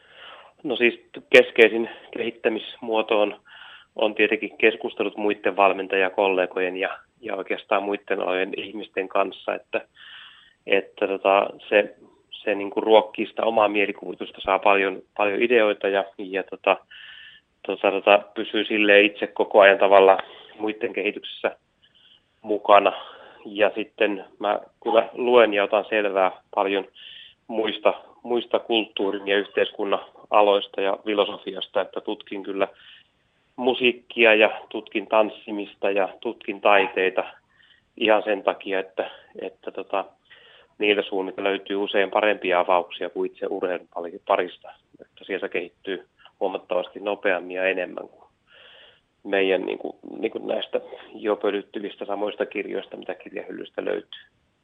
No siis keskeisin kehittämismuoto on, on tietenkin keskustelut muiden valmentajakollegojen ja, ja oikeastaan muiden alojen ihmisten kanssa, että, että tota, se, se niin kuin ruokkii sitä omaa mielikuvitusta, saa paljon, paljon ideoita ja, ja tota, tota, tota, pysyy silleen itse koko ajan tavalla muiden kehityksessä mukana. Ja sitten mä kyllä luen ja otan selvää paljon muista, muista kulttuurin ja yhteiskunnan aloista ja filosofiasta, että tutkin kyllä musiikkia ja tutkin tanssimista ja tutkin taiteita ihan sen takia, että, että tota, niillä suunnilta löytyy usein parempia avauksia kuin itse urheilun parista. Että sieltä kehittyy huomattavasti nopeammin ja enemmän kuin meidän niin kuin, niin kuin näistä jo pölyttyvistä samoista kirjoista, mitä kirjahyllystä löytyy.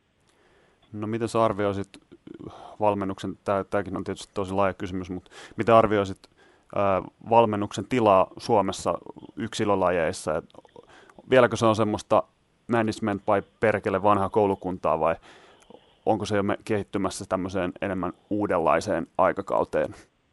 No miten sä arvioisit valmennuksen, tämäkin on tietysti tosi laaja kysymys, mutta miten arvioisit ää, valmennuksen tilaa Suomessa yksilölajeissa? Et vieläkö se on semmoista management by perkele vanhaa koulukuntaa vai onko se jo kehittymässä tämmöiseen enemmän uudenlaiseen aikakauteen?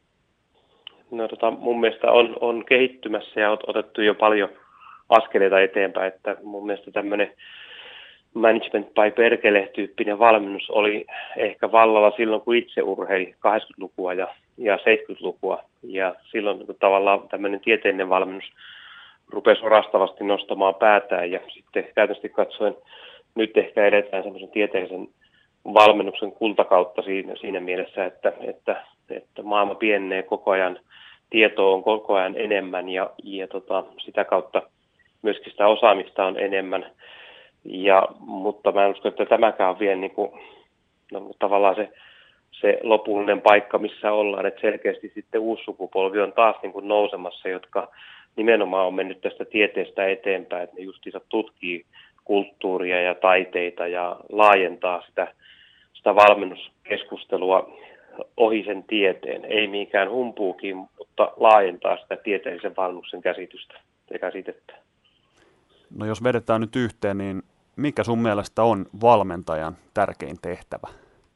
No tota, mun mielestä on, on kehittymässä ja on otettu jo paljon askeleita eteenpäin, että mun mielestä tämmöinen management by perkele-tyyppinen valmennus oli ehkä vallalla silloin, kun itse urheili kahdeksankymmentälukua ja, ja seitsemänkymmentälukua. Ja silloin niin tavallaan tämmöinen tieteellinen valmennus rupesi orastavasti nostamaan päätään ja sitten käytännössä katsoen nyt ehkä edetään semmoisen tieteellisen valmennuksen kultakautta siinä, siinä mielessä, että, että, että maailma pienenee koko ajan, tietoa on koko ajan enemmän ja, ja tota, sitä kautta myöskin sitä osaamista on enemmän. Ja, mutta mä en usko, että tämäkään on vielä niin kuin, no, tavallaan se, se lopullinen paikka, missä ollaan, että selkeästi sitten uusi sukupolvi on taas niin kuin nousemassa, jotka nimenomaan on mennyt tästä tieteestä eteenpäin, että ne justiinsa tutkii kulttuuria ja taiteita ja laajentaa sitä, sitä valmennuskeskustelua ohi sen tieteen, ei mikään humpuukin, mutta laajentaa sitä tieteellisen valmennuksen käsitystä ja käsitettä. No jos vedetään nyt yhteen, niin mikä sun mielestä on valmentajan tärkein tehtävä?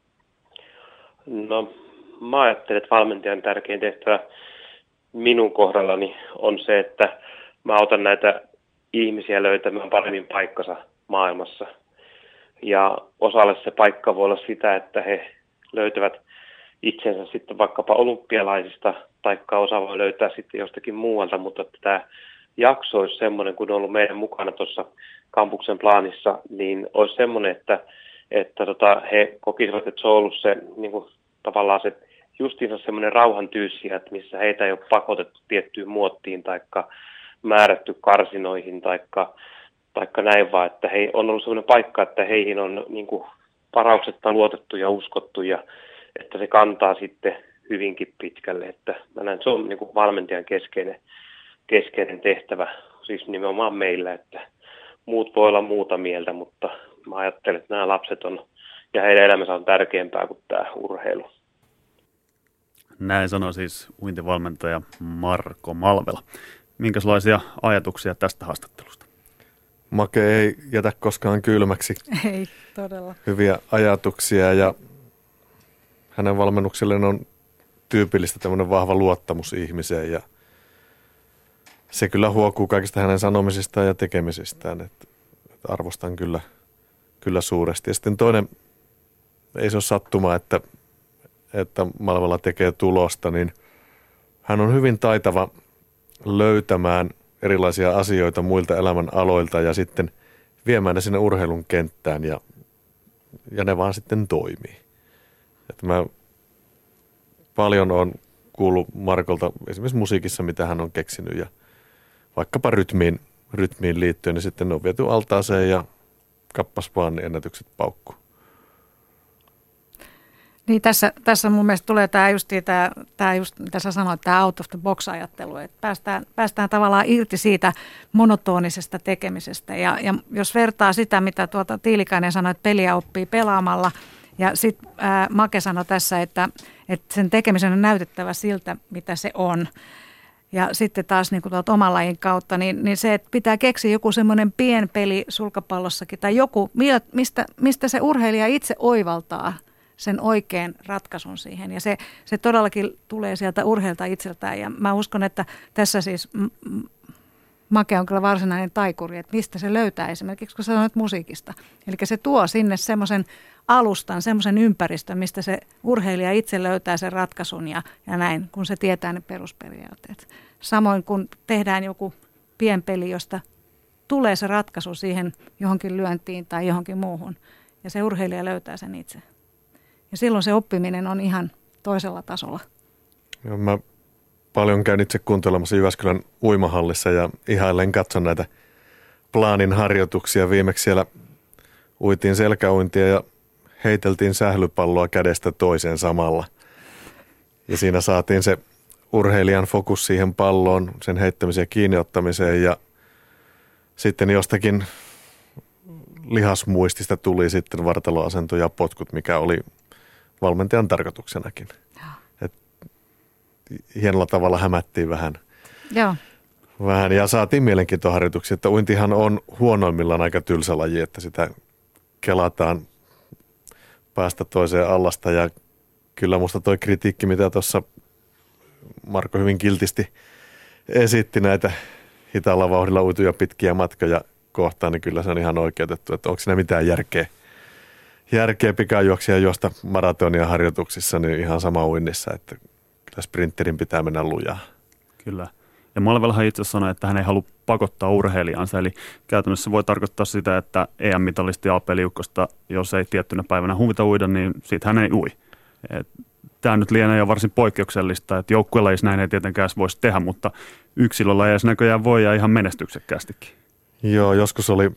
No mä ajattelen, että valmentajan tärkein tehtävä minun kohdallani on se, että mä autan näitä ihmisiä löytämään paremmin paikkansa maailmassa. Ja osalle se paikka voi olla sitä, että he löytävät itsensä sitten vaikkapa olympialaisista, taikka osa voi löytää sitten jostakin muualta, mutta että tämä jakso olisi semmoinen, kun on ollut meidän mukana tuossa kampuksen plaanissa, niin olisi semmoinen, että että tota, he kokisivat, että se on ollut se niin kuin, tavallaan se justiinsa semmoinen rauhantyyssiä, että missä heitä ei ole pakotettu tiettyyn muottiin taikka määrätty karsinoihin taikka, taikka näin, vaan että he on ollut semmoinen paikka, että heihin on niin kuin, varauksetta luotettu ja uskottu ja että se kantaa sitten hyvinkin pitkälle, että mä näen, että se on niin kuin valmentajan keskeinen, keskeinen tehtävä, siis nimenomaan meillä, että muut voi olla muuta mieltä, mutta mä ajattelen, että nämä lapset on ja heidän elämänsä on tärkeämpää kuin tämä urheilu. Näin sanoi siis uintivalmentaja Marko Malvela. Minkälaisia ajatuksia tästä haastattelusta? Make ei jätä koskaan kylmäksi. Ei, todella. Hyviä ajatuksia ja hänen valmennukselleen on tyypillistä tämmöinen vahva luottamus ihmiseen ja se kyllä huokuu kaikista hänen sanomisistaan ja tekemisistään, että, että arvostan kyllä, kyllä suuresti. Ja sitten toinen, ei se ole sattuma, että, että Malvela tekee tulosta, niin hän on hyvin taitava löytämään erilaisia asioita muilta elämän aloilta ja sitten viemään ne sinne urheilun kenttään ja, ja ne vaan sitten toimii. Että mä paljon on kuullut Markolta esimerkiksi musiikissa, mitä hän on keksinyt ja vaikkapa rytmiin, rytmiin liittyen, niin sitten ne on viety altaaseen ja kappas vaan niin ennätykset paukkuu. Niin tässä, tässä mun mielestä tulee tämä just, tämä, tämä just mitä sä sanoit, tämä out of the box ajattelu, että päästään, päästään tavallaan irti siitä monotonisesta tekemisestä ja, ja jos vertaa sitä, mitä tuota Tiilikainen sanoi, että peliä oppii pelaamalla ja sitten Make sanoi tässä, että, että sen tekemisen on näytettävä siltä, mitä se on. Ja sitten taas niin kuin tuolta oman lajin kautta, niin, niin se, että pitää keksiä joku semmoinen pienpeli sulkapallossakin tai joku, mistä, mistä se urheilija itse oivaltaa sen oikean ratkaisun siihen. Ja se, se todellakin tulee sieltä urheilta itseltään. Ja mä uskon, että tässä siis Make on kyllä varsinainen taikuri, että mistä se löytää esimerkiksi, kun sä sanoit musiikista. Eli se tuo sinne semmoisen alustan, semmoisen ympäristön, mistä se urheilija itse löytää sen ratkaisun ja, ja näin, kun se tietää ne perusperiaatteet. Samoin kun tehdään joku pienpeli, josta tulee se ratkaisu siihen johonkin lyöntiin tai johonkin muuhun. Ja se urheilija löytää sen itse. Ja silloin se oppiminen on ihan toisella tasolla. Joo, mä paljon käyn itse kuuntelemassa Jyväskylän uimahallissa ja ihailen katson näitä plaanin harjoituksia. Viimeksi siellä uitiin selkäuintia ja heiteltiin sählypalloa kädestä toiseen samalla. Ja siinä saatiin se urheilijan fokus siihen palloon, sen heittämiseen ja kiinniottamiseen ja sitten jostakin lihasmuistista tuli sitten vartaloasento ja potkut, mikä oli valmentajan tarkoituksenakin. Et hienolla tavalla hämättiin vähän. Joo. Vähän ja saatiin mielenkiintoharjoituksia, että uintihan on huonoimmillaan aika tylsä laji, että sitä kelataan päästä toiseen allasta ja kyllä musta toi kritiikki, mitä tuossa Marko hyvin kiltisti esitti näitä hitaalla vauhdilla uituja pitkiä matkoja kohtaan, niin kyllä se on ihan oikeutettu, että onko siinä mitään järkeä, järkeä pikajuoksia juosta maratonia harjoituksissa, niin ihan sama uinnissa, että kyllä sprinterin pitää mennä lujaa. Kyllä. Ja Malvelahan itse sanoi, että hän ei halua pakottaa urheilijansa, eli käytännössä voi tarkoittaa sitä, että E M-mitalisti A P Liukkosta, jos ei tiettynä päivänä huvita uida, niin siitä hän ei ui. Tämä nyt lienee jo varsin poikkeuksellista, että joukkuelajissa näin ei tietenkään voisi tehdä, mutta yksilölajissa näköjään voi ja ihan menestyksekkäästikin. Joo, joskus oli,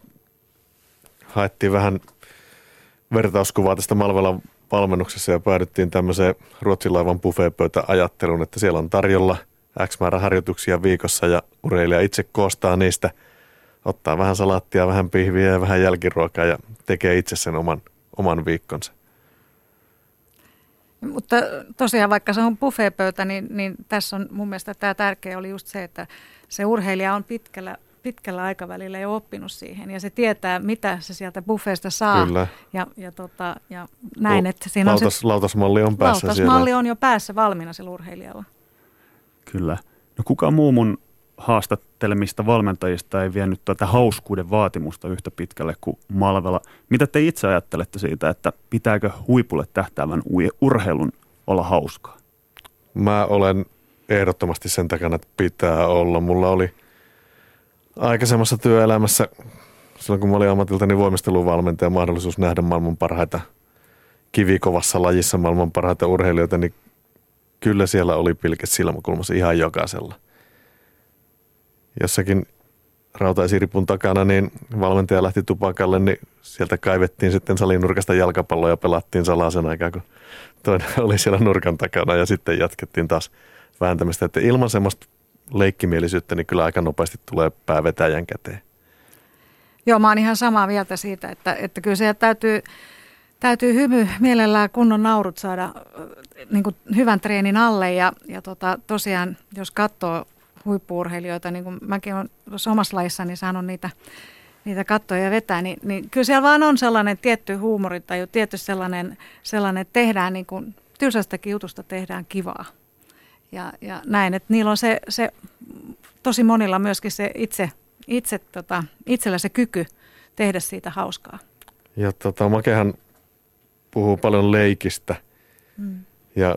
haettiin vähän vertauskuvaa tästä Malvelan valmennuksessa ja päädyttiin tämmöiseen Ruotsin-laivan buffetpöytäajatteluun, että siellä on tarjolla X määrä harjoituksia viikossa ja urheilija itse koostaa niistä, ottaa vähän salaattia, vähän pihviä ja vähän jälkiruokaa ja tekee itse sen oman, oman viikkonsa. Mutta tosiaan vaikka se on buffetpöytä, niin, niin tässä on mun mielestä tämä tärkeä oli just se, että se urheilija on pitkällä, pitkällä aikavälillä jo oppinut siihen ja se tietää, mitä se sieltä buffeesta saa. Kyllä. Ja, ja, tota, ja näin, että siinä Lautas, on se, lautasmalli on päässä lautasmalli siellä. on jo päässä valmiina sillä urheilijalla. Kyllä. No kuka muu mun haastattelemista valmentajista ei vienyt tätä hauskuuden vaatimusta yhtä pitkälle kuin Malvela. Mitä te itse ajattelette siitä, että pitääkö huipulle tähtäävän urheilun olla hauskaa? Mä olen ehdottomasti sen takana, että pitää olla. Mulla oli aikaisemmassa työelämässä silloin kun mä olin ammatiltani voimisteluvalmentaja, mahdollisuus nähdä maailman parhaita kivikovassa lajissa maailman parhaita urheilijoita, niin kyllä siellä oli pilke silmäkulmassa ihan jokaisella. Jossakin rautaesiripun takana niin valmentaja lähti tupakalle, niin sieltä kaivettiin sitten salinurkasta jalkapalloa ja pelattiin salaa sen aikaa, kun toinen oli siellä nurkan takana ja sitten jatkettiin taas vääntämistä. Että ilman semmoista leikkimielisyyttä, niin kyllä aika nopeasti tulee pää vetäjän käteen. Joo, mä oon ihan samaa mieltä siitä, että, että kyllä se täytyy, täytyy hymy mielellään kunnon naurut saada niin kuin hyvän treenin alle ja, ja tota, tosiaan jos katsoo huippu-urheilijoita, niin kuin mäkin olen tuossa omassa lajissani saanut niitä, niitä kattoja ja vetää, niin, niin kyllä siellä vaan on sellainen tietty huumori tai tietty sellainen, sellainen että tehdään niin kuin tylsästäkin jutusta tehdään kivaa. Ja, ja näin, että niillä on se, se tosi monilla myöskin se itse, itse tota, itsellä se kyky tehdä siitä hauskaa. Ja tota, Makehan puhuu paljon leikistä. Hmm. Ja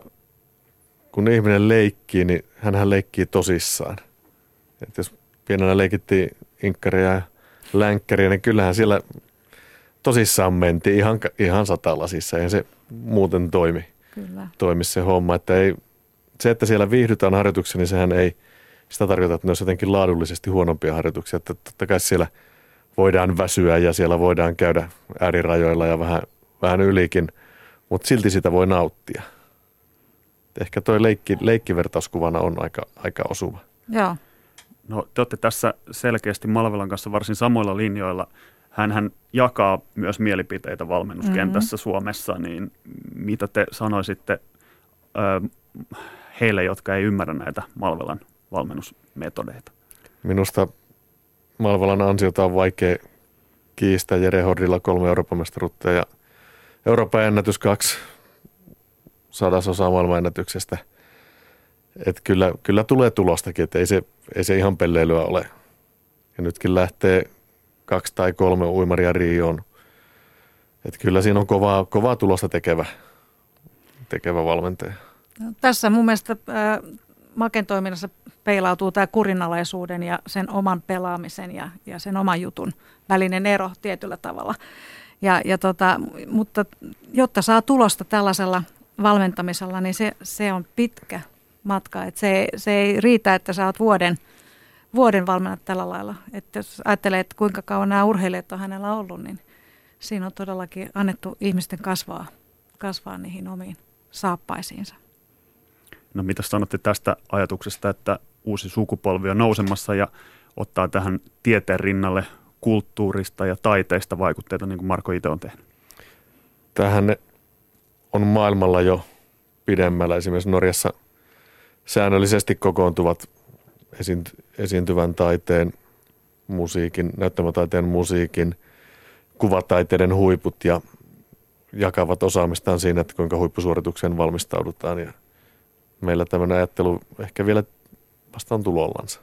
kun ihminen leikkii, niin hänhän leikkii tosissaan. Et jos pienenä leikittiin inkkaria ja länkkäriä, niin kyllähän siellä tosissaan mentiin ihan, ihan satalasissa. Eihän se muuten toimi, Kyllä. toimi se homma. Että ei, se, että siellä viihdytään harjoituksia, niin sehän ei sitä tarkoita, että ne olisi jotenkin laadullisesti huonompia harjoituksia. Että totta kai siellä voidaan väsyä ja siellä voidaan käydä äärirajoilla ja vähän, vähän ylikin, mutta silti sitä voi nauttia. Ehkä toi leikki, leikkivertauskuvana on aika, aika osuva. Joo. No te olette tässä selkeästi Malvelan kanssa varsin samoilla linjoilla. Hänhän jakaa myös mielipiteitä valmennuskentässä mm-hmm. Suomessa, niin mitä te sanoisitte ö, heille, jotka ei ymmärrä näitä Malvelan valmennusmetodeita? Minusta Malvelan ansiota on vaikea kiistää. Jere Hordilla kolme Euroopan mestaruutta ja Euroopan ennätys kaksi sadasosaa maailmanennätyksestä. Että kyllä, kyllä tulee tulostakin, että ei se, ei se ihan pelleilyä ole. Ja nytkin lähtee kaksi tai kolme uimaria Rioon. Että kyllä siinä on kovaa, kovaa tulosta tekevä, tekevä valmentaja. No, tässä mun mielestä äh, Maken toiminnassa peilautuu tämä kurinalaisuuden ja sen oman pelaamisen ja, ja sen oman jutun välinen ero tietyllä tavalla. Ja, ja tota, mutta jotta saa tulosta tällaisella valmentamisella, niin se, se on pitkä matka. Et se, se ei riitä, että sä oot vuoden, vuoden valmennat tällä lailla. Että jos ajattelee, että kuinka kauan nämä urheilijat on hänellä ollut, niin siinä on todellakin annettu ihmisten kasvaa, kasvaa niihin omiin saappaisiinsa. No mitä sanotte tästä ajatuksesta, että uusi sukupolvi on nousemassa ja ottaa tähän tieteen rinnalle kulttuurista ja taiteista vaikutteita, niin kuin Marko itse on tehnyt? Tämähän on maailmalla jo pidemmällä. Esimerkiksi Norjassa säännöllisesti kokoontuvat esiinty- esiintyvän taiteen, musiikin, näyttämötaiteen musiikin, kuvataiteiden huiput ja jakavat osaamistaan siinä, että kuinka huippusuoritukseen valmistaudutaan. Ja meillä tämmöinen ajattelu ehkä vielä vastaan tulollansa.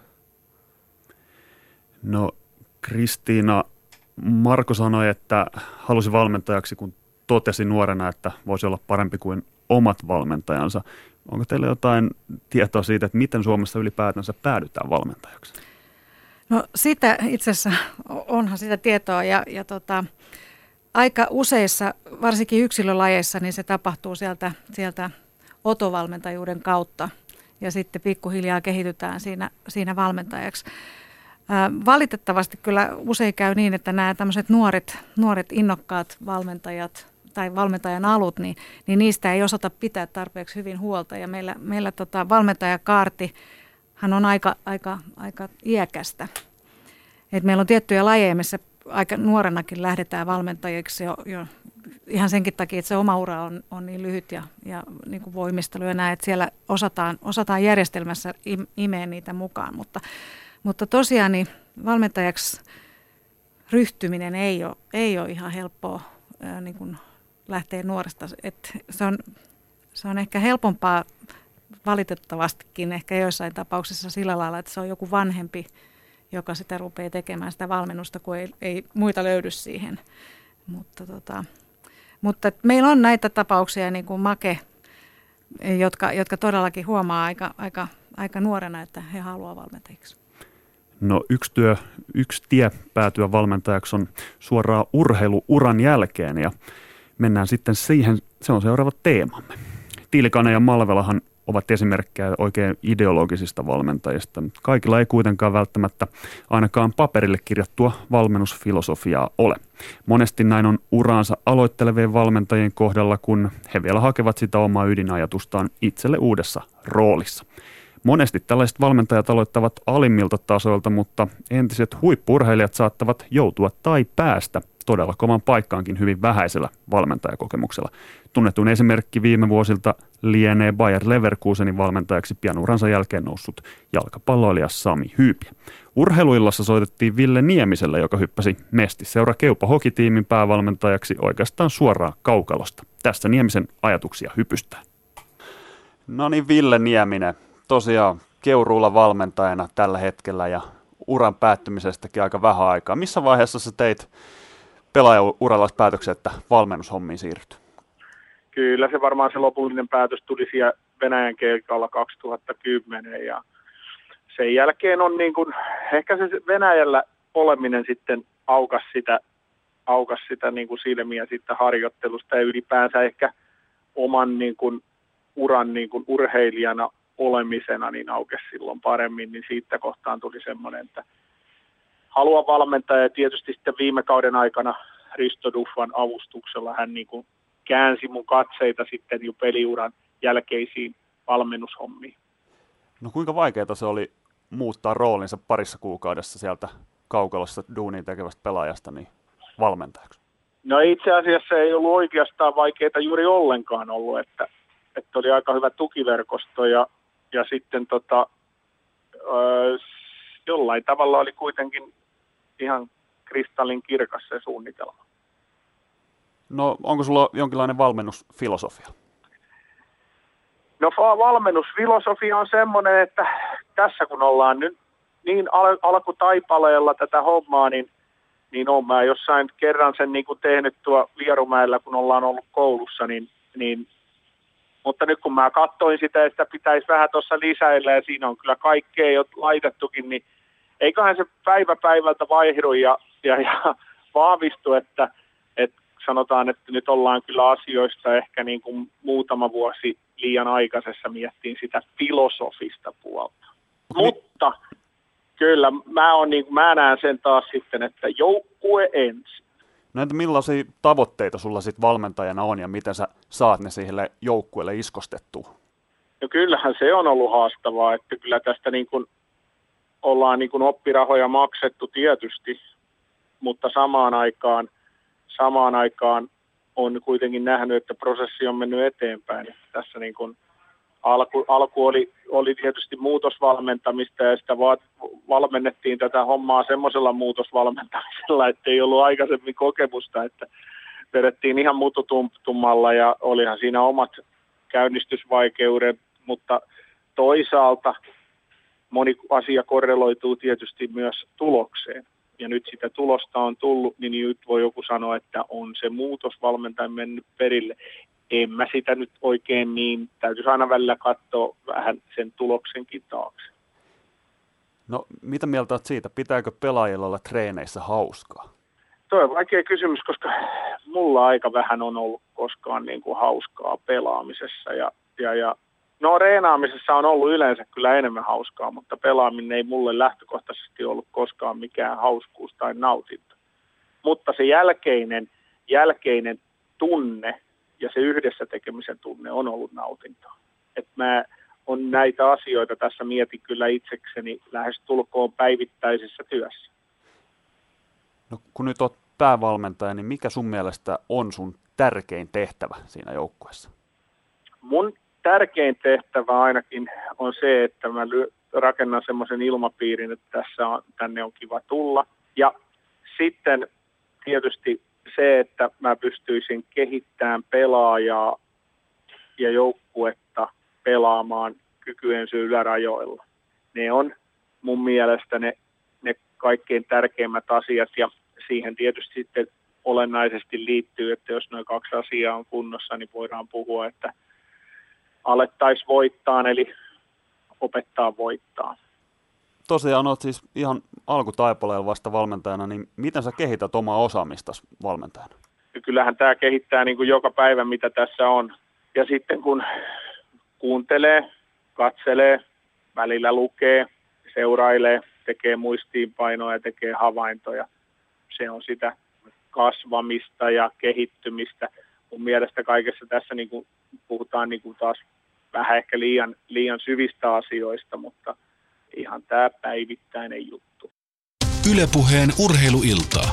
No Kristiina, Marko sanoi, että halusi valmentajaksi, kun totesi nuorena, että voisi olla parempi kuin omat valmentajansa. Onko teillä jotain tietoa siitä, että miten Suomessa ylipäätänsä päädytään valmentajaksi? No sitä itse asiassa onhan sitä tietoa ja, ja tota, aika useissa, varsinkin yksilölajeissa, niin se tapahtuu sieltä, sieltä otovalmentajuuden kautta ja sitten pikkuhiljaa kehitytään siinä, siinä valmentajaksi. Ää, valitettavasti kyllä usein käy niin, että nämä tämmöiset nuoret, nuoret innokkaat valmentajat tai valmentajan alut, niin, niin niistä ei osata pitää tarpeeksi hyvin huolta. Ja meillä, meillä tota valmentajakaarti hän on aika, aika, aika iäkästä. Et meillä on tiettyjä lajeja, missä aika nuorenakin lähdetään valmentajiksi jo, jo ihan senkin takia, että se oma ura on, on niin lyhyt ja, ja niin kuin voimistelu ja näin, että siellä osataan, osataan järjestelmässä imeen niitä mukaan. Mutta, mutta tosiaan niin valmentajaksi ryhtyminen ei ole, ei ole ihan helppoa ää, niin kuin lähteä nuoresta. Et se, on, se on ehkä helpompaa valitettavastikin ehkä joissain tapauksissa sillä lailla, että se on joku vanhempi, joka sitä rupeaa tekemään sitä valmennusta, kun ei, ei muita löydy siihen. Mutta, tota, mutta meillä on näitä tapauksia, niin kuin Make, jotka, jotka todellakin huomaa aika, aika, aika nuorena, että he haluavat valmentajiksi. No yksi työ, yksi tie päätyä valmentajaksi on suoraan urheiluuran jälkeen ja mennään sitten siihen, se on seuraava teemamme. Tiilikainen ja Malvelahan ovat esimerkkejä oikein ideologisista valmentajista. Kaikilla ei kuitenkaan välttämättä ainakaan paperille kirjattua valmennusfilosofiaa ole. Monesti näin on uraansa aloittelevien valmentajien kohdalla, kun he vielä hakevat sitä omaa ydinajatustaan itselle uudessa roolissa. Monesti tällaiset valmentajat aloittavat alimmilta tasoilta, mutta entiset huippu-urheilijat saattavat joutua tai päästä todella kovan paikkaankin hyvin vähäisellä valmentajakokemuksella. Tunnetun esimerkki viime vuosilta lienee Bayer Leverkusenin valmentajaksi pian uransa jälkeen noussut jalkapalloilija Sami Hyypiä. Urheiluillassa soitettiin Ville Niemiselle, joka hyppäsi Mesti-seura Keupa Hokitiimin päävalmentajaksi oikeastaan suoraan kaukalosta. Tässä Niemisen ajatuksia hypystään. No niin, Ville Nieminen, tosiaan Keuruulla valmentajana tällä hetkellä ja uran päättymisestäkin aika vähän aikaa. Missä vaiheessa sä teit pelaajauralla päätöksen, että valmennushommiin siirryt? Kyllä se varmaan se lopullinen päätös tuli siellä Venäjän keikalla kaksituhattakymmenen ja sen jälkeen on niin kuin, ehkä se Venäjällä oleminen sitten aukas sitä, aukas sitä niin kuin silmiä sitten harjoittelusta ja ylipäänsä ehkä oman niin kuin uran niin kuin urheilijana olemisena niin aukesi silloin paremmin, niin siitä kohtaan tuli semmoinen, että haluan valmentaa ja tietysti sitten viime kauden aikana Risto Duffan avustuksella hän niin kuin käänsi mun katseita sitten jo peliuran jälkeisiin valmennushommiin. No kuinka vaikeaa se oli muuttaa roolinsa parissa kuukaudessa sieltä kaukalossa duunin tekevästä pelaajasta niin valmentajaksi? No itse asiassa ei ollut oikeastaan vaikeaa juuri ollenkaan ollut, että, että oli aika hyvä tukiverkosto ja, ja sitten tota, öö, jollain tavalla oli kuitenkin ihan kristallin kirkas se suunnitelma. No onko sulla jonkinlainen valmennusfilosofia? No valmennusfilosofia on semmoinen, että tässä kun ollaan nyt niin al- alkutaipaleella tätä hommaa, niin, niin olen mä jossain kerran sen niin kuin tehnyt tuo Vierumäellä, kun ollaan ollut koulussa, niin, niin mutta nyt kun mä katsoin sitä, että pitäisi vähän tuossa lisäillä ja siinä on kyllä kaikkea jo laitettukin, niin eiköhän se päivä päivältä vaihdu ja, ja, ja vahvistu, että, että sanotaan, että nyt ollaan kyllä asioista ehkä niin kuin muutama vuosi liian aikaisessa miettiin sitä filosofista puolta. Mutta kyllä mä, on niin, mä näen sen taas sitten, että joukkue ensin. No entä millaisia tavoitteita sulla sit valmentajana on ja miten sä saat ne siihen joukkueelle iskostettua? No kyllähän se on ollut haastavaa, että kyllä tästä niin kuin ollaan niin kuin oppirahoja maksettu tietysti, mutta samaan aikaan, samaan aikaan on kuitenkin nähnyt, että prosessi on mennyt eteenpäin. Tässä niin kuin alku, alku oli, oli tietysti muutosvalmentamista ja sitä va- valmennettiin tätä hommaa semmoisella muutosvalmentamisella, että ei ollut aikaisemmin kokemusta, että vedettiin ihan mututummalla ja olihan siinä omat käynnistysvaikeudet, mutta toisaalta moni asia korreloituu tietysti myös tulokseen. Ja nyt sitä tulosta on tullut, niin nyt voi joku sanoa, että on se muutosvalmentaja mennyt perille. En mä sitä nyt oikein niin, täytyisi aina välillä katsoa vähän sen tuloksenkin taakse. No mitä mieltä olet siitä, pitääkö pelaajilla olla treeneissä hauskaa? Tuo on vaikea kysymys, koska mulla aika vähän on ollut koskaan niin kuin hauskaa pelaamisessa. Ja, ja, ja, no reenaamisessa on ollut yleensä kyllä enemmän hauskaa, mutta pelaaminen ei mulle lähtökohtaisesti ollut koskaan mikään hauskuus tai nautinto. Mutta se jälkeinen, jälkeinen tunne ja se yhdessä tekemisen tunne on ollut nautintoa. Et mä on näitä asioita tässä mietin kyllä itsekseni lähes tulkoon päivittäisessä työssä. No kun nyt olet päävalmentaja, niin mikä sun mielestä on sun tärkein tehtävä siinä joukkueessa? Mun tärkein tehtävä ainakin on se, että mä rakennan semmoisen ilmapiirin, että tässä on, tänne on kiva tulla. Ja sitten tietysti se, että mä pystyisin kehittämään pelaajaa ja joukkuetta pelaamaan kykyensä ylärajoilla. Ne on mun mielestä ne, ne kaikkein tärkeimmät asiat ja siihen tietysti sitten olennaisesti liittyy, että jos nuo kaksi asiaa on kunnossa, niin voidaan puhua, että alettaisiin voittaa, eli opettaa voittaa. tosiaan olet siis ihan alkutaipaleella vasta valmentajana, niin miten sä kehität omaa osaamistasi valmentajana? Kyllähän tämä kehittää niin kuin joka päivä, mitä tässä on. Ja sitten kun kuuntelee, katselee, välillä lukee, seurailee, tekee muistiinpanoja ja tekee havaintoja. Se on sitä kasvamista ja kehittymistä. Mun mielestä kaikessa tässä niin kuin puhutaan niin kuin taas vähän ehkä liian, liian syvistä asioista, mutta ihan tämä päivittäinen juttu. Yle Puheen urheiluiltaa.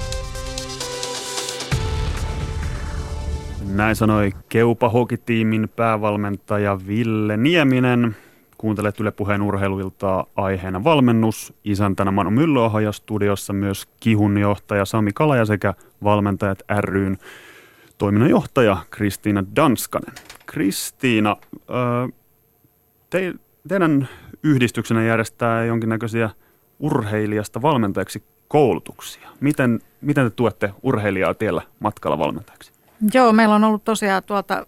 Näin sanoi Keupa Hockey-tiimin päävalmentaja Ville Nieminen. Kuuntelet Yle Puheen urheiluiltaa, aiheena valmennus. Isäntänä Manu Myllyaho ja studiossa myös Kihun johtaja Sami Kalaja sekä Valmentajat ry:n toiminnanjohtaja Kristiina Danskanen. Kristiina, te, teidän yhdistyksenä järjestää jonkinnäköisiä urheilijasta valmentajaksi koulutuksia. Miten, miten te tuette urheilijaa tiellä matkalla valmentajaksi? Joo, meillä on ollut tosiaan tuolta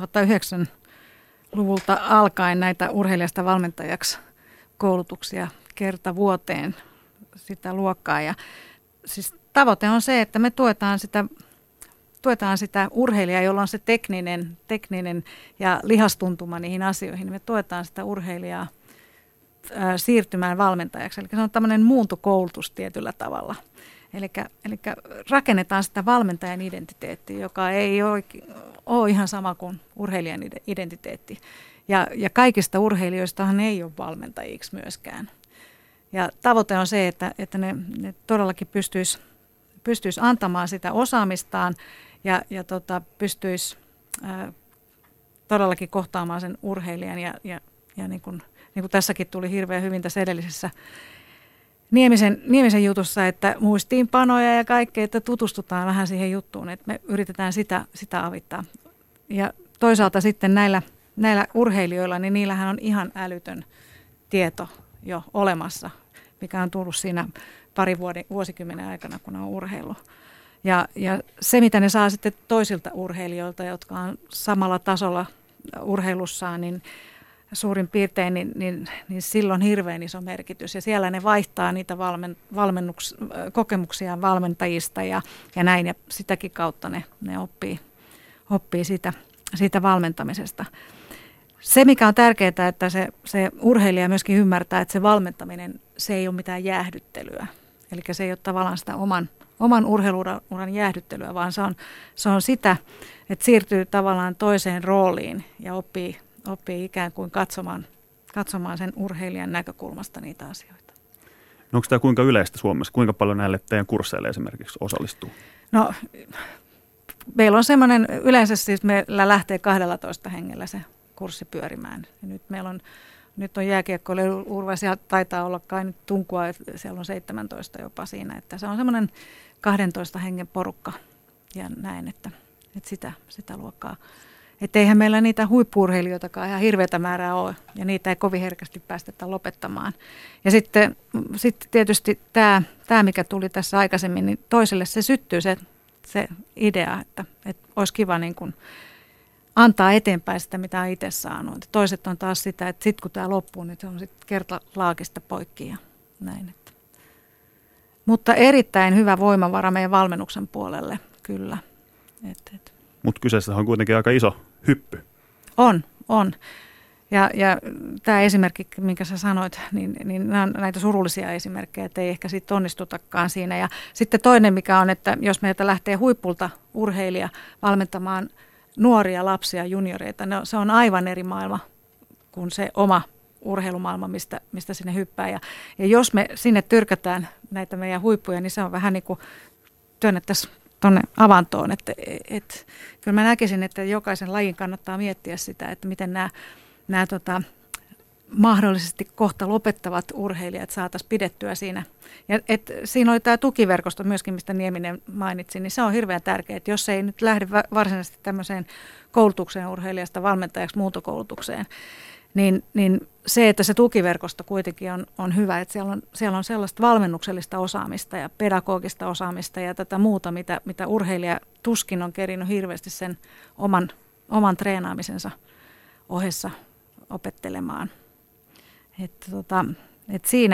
kaksituhattayhdeksän-luvulta alkaen näitä urheilijasta valmentajaksi koulutuksia kerta vuoteen sitä luokkaa. Ja siis tavoite on se, että me tuetaan sitä, tuetaan sitä urheilijaa, jolla on se tekninen, tekninen ja lihastuntuma niihin asioihin. Me tuetaan sitä urheilijaa ää, siirtymään valmentajaksi. Eli se on tämmöinen muuntokoulutus tietyllä tavalla. Eli rakennetaan sitä valmentajan identiteettiä, joka ei ole, ole ihan sama kuin urheilijan identiteetti. Ja, ja kaikista urheilijoistahan ei ole valmentajiksi myöskään. Ja tavoite on se, että, että ne, ne todellakin pystyisi pystyis antamaan sitä osaamistaan ja, ja tota, pystyisi ää, todellakin kohtaamaan sen urheilijan. Ja, ja, ja niin kuin, niin kuin tässäkin tuli hirveän hyvin tässä edellisessä Niemisen, Niemisen jutussa, että muistiinpanoja ja kaikkea, että tutustutaan vähän siihen juttuun, että me yritetään sitä, sitä avittaa. Ja toisaalta sitten näillä, näillä urheilijoilla, niin niillähän on ihan älytön tieto jo olemassa, mikä on tullut siinä pari vuoden, vuosikymmenen aikana, kun on urheilu. Ja, ja se, mitä ne saa sitten toisilta urheilijoilta, jotka on samalla tasolla urheilussaan, niin suurin piirtein, niin, niin, niin silloin hirveän iso merkitys. Ja siellä ne vaihtaa niitä valmen, valmennuks, kokemuksia valmentajista ja, ja näin. Ja sitäkin kautta ne, ne oppii, oppii siitä, siitä valmentamisesta. Se, mikä on tärkeää, että se, se urheilija myöskin ymmärtää, että se valmentaminen, se ei ole mitään jäähdyttelyä. Eli se ei ole tavallaan sitä oman, oman urheiluuran jäähdyttelyä, vaan se on, se on sitä, että siirtyy tavallaan toiseen rooliin ja oppii oppii ikään kuin katsomaan, katsomaan sen urheilijan näkökulmasta niitä asioita. No onko tämä kuinka yleistä Suomessa? Kuinka paljon näille teidän kursseille esimerkiksi osallistuu? No meillä on semmoinen, yleensä siis meillä lähtee kahdellatoista hengellä se kurssi pyörimään. Ja nyt meillä on, nyt on jääkiekkoilijoilla urvaisia, taitaa olla kai nyt tunkua, että siellä on seitsemäntoista jopa siinä. Että se on semmoinen kahdentoista hengen porukka ja näin, että, että sitä, sitä luokkaa. Että eihän meillä niitä huippu-urheilijoitakaan ihan hirveätä määrää ole, ja niitä ei kovin herkästi päästetä lopettamaan. Ja sitten, sitten tietysti tämä, tämä, mikä tuli tässä aikaisemmin, niin toiselle se syttyy se, se idea, että, että olisi kiva niin kuin antaa eteenpäin sitä, mitä on itse saanut. Toiset on taas sitä, että sitten kun tämä loppuu, niin se on sitten kertalaakista poikki ja näin. Että. Mutta erittäin hyvä voimavara meidän valmennuksen puolelle, kyllä. Et, et. Mutta kyseessä on kuitenkin aika iso hyppy. On, on. Ja, ja tämä esimerkki, minkä sä sanoit, niin, niin nämä on näitä surullisia esimerkkejä, että ei ehkä sitten onnistutakaan siinä. Ja sitten toinen, mikä on, että jos meiltä lähtee huipulta urheilija valmentamaan nuoria lapsia, junioreita, no, se on aivan eri maailma kuin se oma urheilumaailma, mistä, mistä sinne hyppää. Ja, ja jos me sinne tyrkätään näitä meidän huippuja, niin se on vähän niin kuin työnnettäisiin tuonne avantoon, että et, kyllä mä näkisin, että jokaisen lajin kannattaa miettiä sitä, että miten nämä, nämä tota, mahdollisesti kohta lopettavat urheilijat saataisiin pidettyä siinä. Ja et, siinä oli tämä tukiverkosto myöskin, mistä Nieminen mainitsi, niin se on hirveän tärkeää, että jos ei nyt lähde varsinaisesti tämmöiseen koulutukseen urheilijasta valmentajaksi muuntokoulutukseen, Niin, niin se, että se tukiverkosto kuitenkin on, on hyvä, että siellä on, siellä on sellaista valmennuksellista osaamista ja pedagogista osaamista ja tätä muuta, mitä, mitä urheilija tuskin on kerinyt hirveästi sen oman, oman treenaamisensa ohessa opettelemaan. Että tota, et siinä,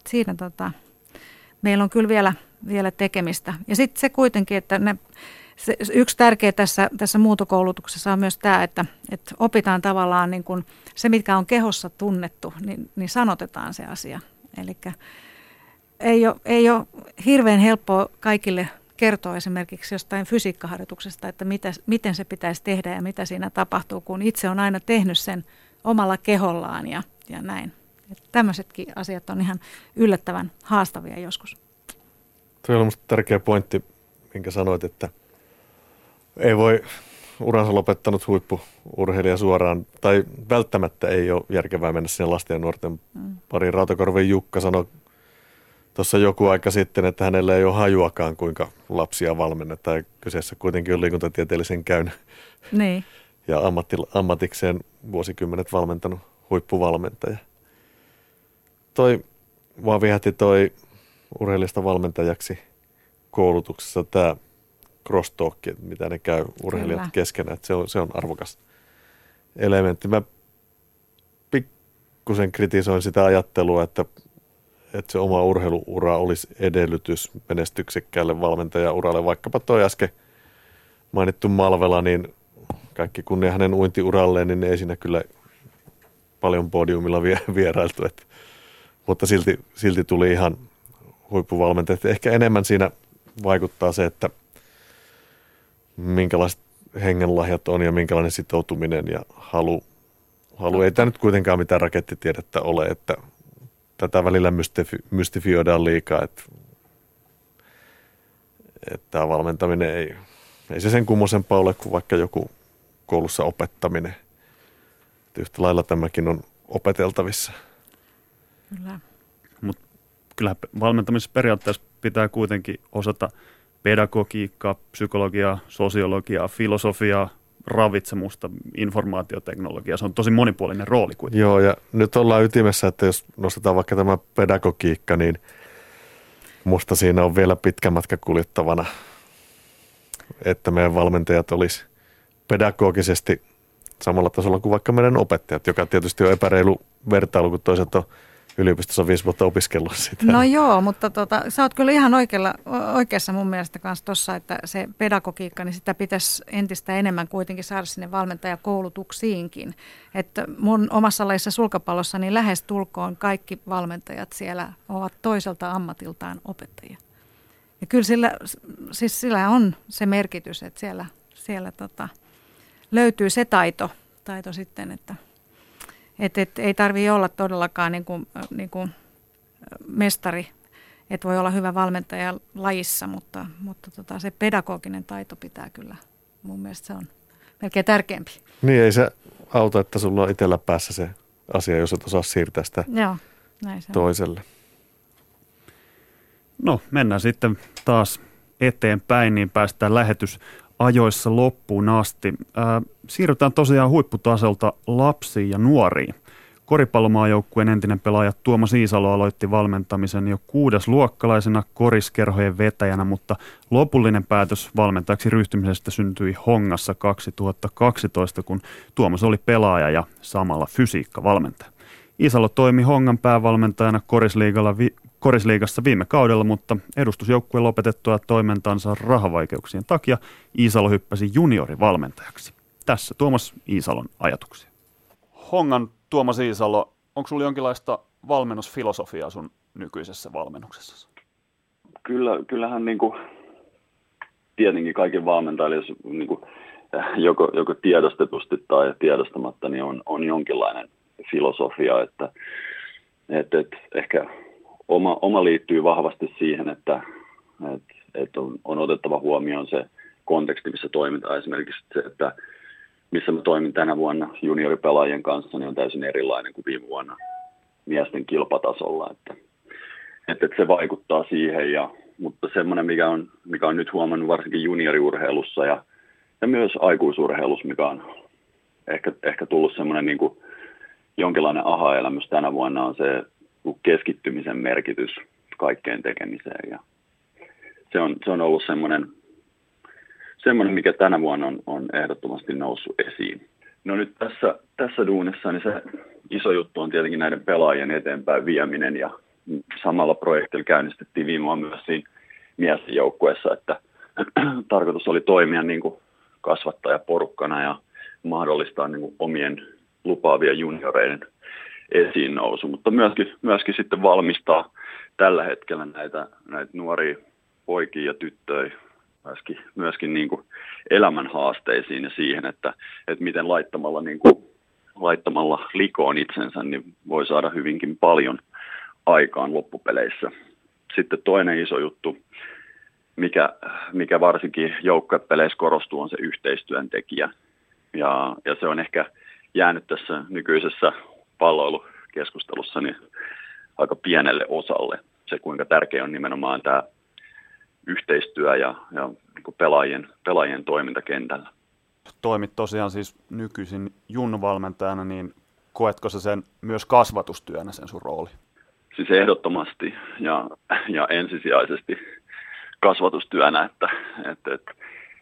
siinä tota, meillä on kyllä vielä, vielä tekemistä. Ja sitten se kuitenkin, että ne, se, yksi tärkeä tässä, tässä muuntokoulutuksessa on myös tämä, että, että opitaan tavallaan niin kuin se, mitkä on kehossa tunnettu, niin, niin sanotetaan se asia. Eli ei ole, ei ole hirveän helppoa kaikille kertoa esimerkiksi jostain fysiikkaharjoituksesta, että mitä, miten se pitäisi tehdä ja mitä siinä tapahtuu, kun itse on aina tehnyt sen omalla kehollaan ja, ja näin. Että tämmöisetkin asiat on ihan yllättävän haastavia joskus. Tuo on minusta tärkeä pointti, minkä sanoit, että ei voi uransa lopettanut huippu-urheilija suoraan, tai välttämättä ei ole järkevää mennä sinne lasten ja nuorten mm. pariin. Rautakorven Jukka sanoi tuossa joku aika sitten, että hänellä ei ole hajuakaan, kuinka lapsia valmennetaan. Kyseessä kuitenkin on liikuntatieteellisen käyn niin. ja ammatti, ammatikseen vuosikymmenet valmentanut huippuvalmentaja. Toi vaan viehätti toi urheilijasta valmentajaksi koulutuksessa tämä crosstalk, mitä ne käy urheilijat Kyllä. keskenään. Se on, se on arvokas elementti. Mä pikkusen kritisoin sitä ajattelua, että, että se oma urheiluura olisi edellytys menestyksekkäälle valmentajauralle. Vaikkapa toi äsken mainittu Malvela, niin kaikki kunnia hänen uintiuralleen, niin ei siinä kyllä paljon podiumilla vierailtu. Että, mutta silti, silti tuli ihan huippuvalmentajat. Ehkä enemmän siinä vaikuttaa se, että minkälaiset hengenlahjat on ja minkälainen sitoutuminen ja halu. halu. Ei tämä nyt kuitenkaan mitään rakettitiedettä ole, että tätä välillä mystifi- mystifioidaan liikaa, että, että tämä valmentaminen ei, ei se sen kummosempaa ole kuin vaikka joku koulussa opettaminen. Että yhtä lailla tämäkin on opeteltavissa. Kyllä. Mutta kyllä valmentamisessa periaatteessa pitää kuitenkin osata pedagogiikkaa, psykologiaa, sosiologiaa, filosofiaa, ravitsemusta, informaatioteknologiaa. Se on tosi monipuolinen rooli kuitenkin. Joo, ja nyt ollaan ytimessä, että jos nostetaan vaikka tämä pedagogiikka, niin musta siinä on vielä pitkä matka kuljettavana, että meidän valmentajat olisi pedagogisesti samalla tasolla kuin vaikka meidän opettajat, joka tietysti on epäreilu vertailu, kun toiset on yliopistossa viisi vuotta opiskellut sitä. No joo, mutta tota, sä oot kyllä ihan oikealla, oikeassa mun mielestä kanssa tuossa, että se pedagogiikka, niin sitä pitäisi entistä enemmän kuitenkin saada sinne valmentajakoulutuksiinkin. Että mun omassa lajissa sulkapallossa niin lähes tulkoon kaikki valmentajat siellä ovat toiselta ammatiltaan opettajia. Ja kyllä sillä, siis sillä on se merkitys, että siellä, siellä tota, löytyy se taito, taito sitten, että Että et, ei tarvitse olla todellakaan niin kuin, niin kuin mestari, että voi olla hyvä valmentaja lajissa, mutta, mutta tota, se pedagoginen taito pitää kyllä, mun mielestä se on melkein tärkeämpi. Niin ei se auta, että sulla on itsellä päässä se asia, jos et osaa siirtää sitä Joo, näin se toiselle. No mennään sitten taas eteenpäin, niin päästään lähetys ajoissa loppuun asti. Ää, siirrytään tosiaan huipputasolta lapsiin ja nuoriin. Koripallomaajoukkueen entinen pelaaja Tuomas Iisalo aloitti valmentamisen jo kuudesluokkalaisena koriskerhojen vetäjänä, mutta lopullinen päätös valmentajaksi ryhtymisestä syntyi Hongassa kaksituhattakaksitoista, kun Tuomas oli pelaaja ja samalla fysiikkavalmentaja. Iisalo toimi Hongan päävalmentajana korisliigalla vi- korisliigassa viime kaudella, mutta edustusjoukkueen lopetettua toimintansa rahavaikeuksien takia Iisalo hyppäsi juniorivalmentajaksi. Tässä Tuomas Iisalon ajatuksia. Hongan Tuomas Iisalo, onko sinulla jonkinlaista valmennusfilosofiaa sun nykyisessä valmennuksessa? Kyllä, kyllähän niin kuin, tietenkin kaikki valmentajille, jos niin kuin, joko, joko tiedostetusti tai tiedostamatta, niin on, on jonkinlainen filosofia, että, että, että ehkä oma, oma liittyy vahvasti siihen, että, että, että on, on otettava huomioon se konteksti, missä toimitaan. Esimerkiksi se, että missä mä toimin tänä vuonna junioripelaajien kanssa, niin on täysin erilainen kuin viime vuonna miesten kilpatasolla. Että, että, että se vaikuttaa siihen, ja, mutta semmoinen, mikä on, mikä on nyt huomannut varsinkin junioriurheilussa ja, ja myös aikuisurheilussa, mikä on ehkä, ehkä tullut semmoinen niin kuin jonkinlainen aha-elämys tänä vuonna, on se keskittymisen merkitys kaikkeen tekemiseen. Ja se, on, se on ollut semmoinen, semmoinen, mikä tänä vuonna on, on ehdottomasti noussut esiin. No nyt tässä, tässä duunissa niin se iso juttu on tietenkin näiden pelaajien eteenpäin vieminen ja, samalla projektilla käynnistettiin viime vuonna myös siinä miesten joukkueessa, että tarkoitus oli toimia niin kuin kasvattajaporukkana ja mahdollistaa niin kuin omien lupaavien junioreiden esiin nousu, mutta myöskin, myöskin sitten valmistaa tällä hetkellä näitä, näitä nuoria poikia ja tyttöjä myöskin, myöskin niin kuin elämän haasteisiin ja siihen, että, että miten laittamalla, niin kuin, laittamalla likoon itsensä niin voi saada hyvinkin paljon aikaan loppupeleissä. Sitten toinen iso juttu, mikä, mikä varsinkin joukkuepeleissä korostuu, on se yhteistyön tekijä. Ja, ja se on ehkä jäänyt tässä nykyisessä palloilukeskustelussa niin aika pienelle osalle. Se, kuinka tärkeä on nimenomaan tämä yhteistyö ja, ja niin kuin pelaajien, pelaajien toiminta kentällä. Toimit tosiaan siis nykyisin junnuvalmentajana, niin koetko sä sen myös kasvatustyönä sen sun rooli? Siis ehdottomasti ja, ja ensisijaisesti kasvatustyönä, että, että, että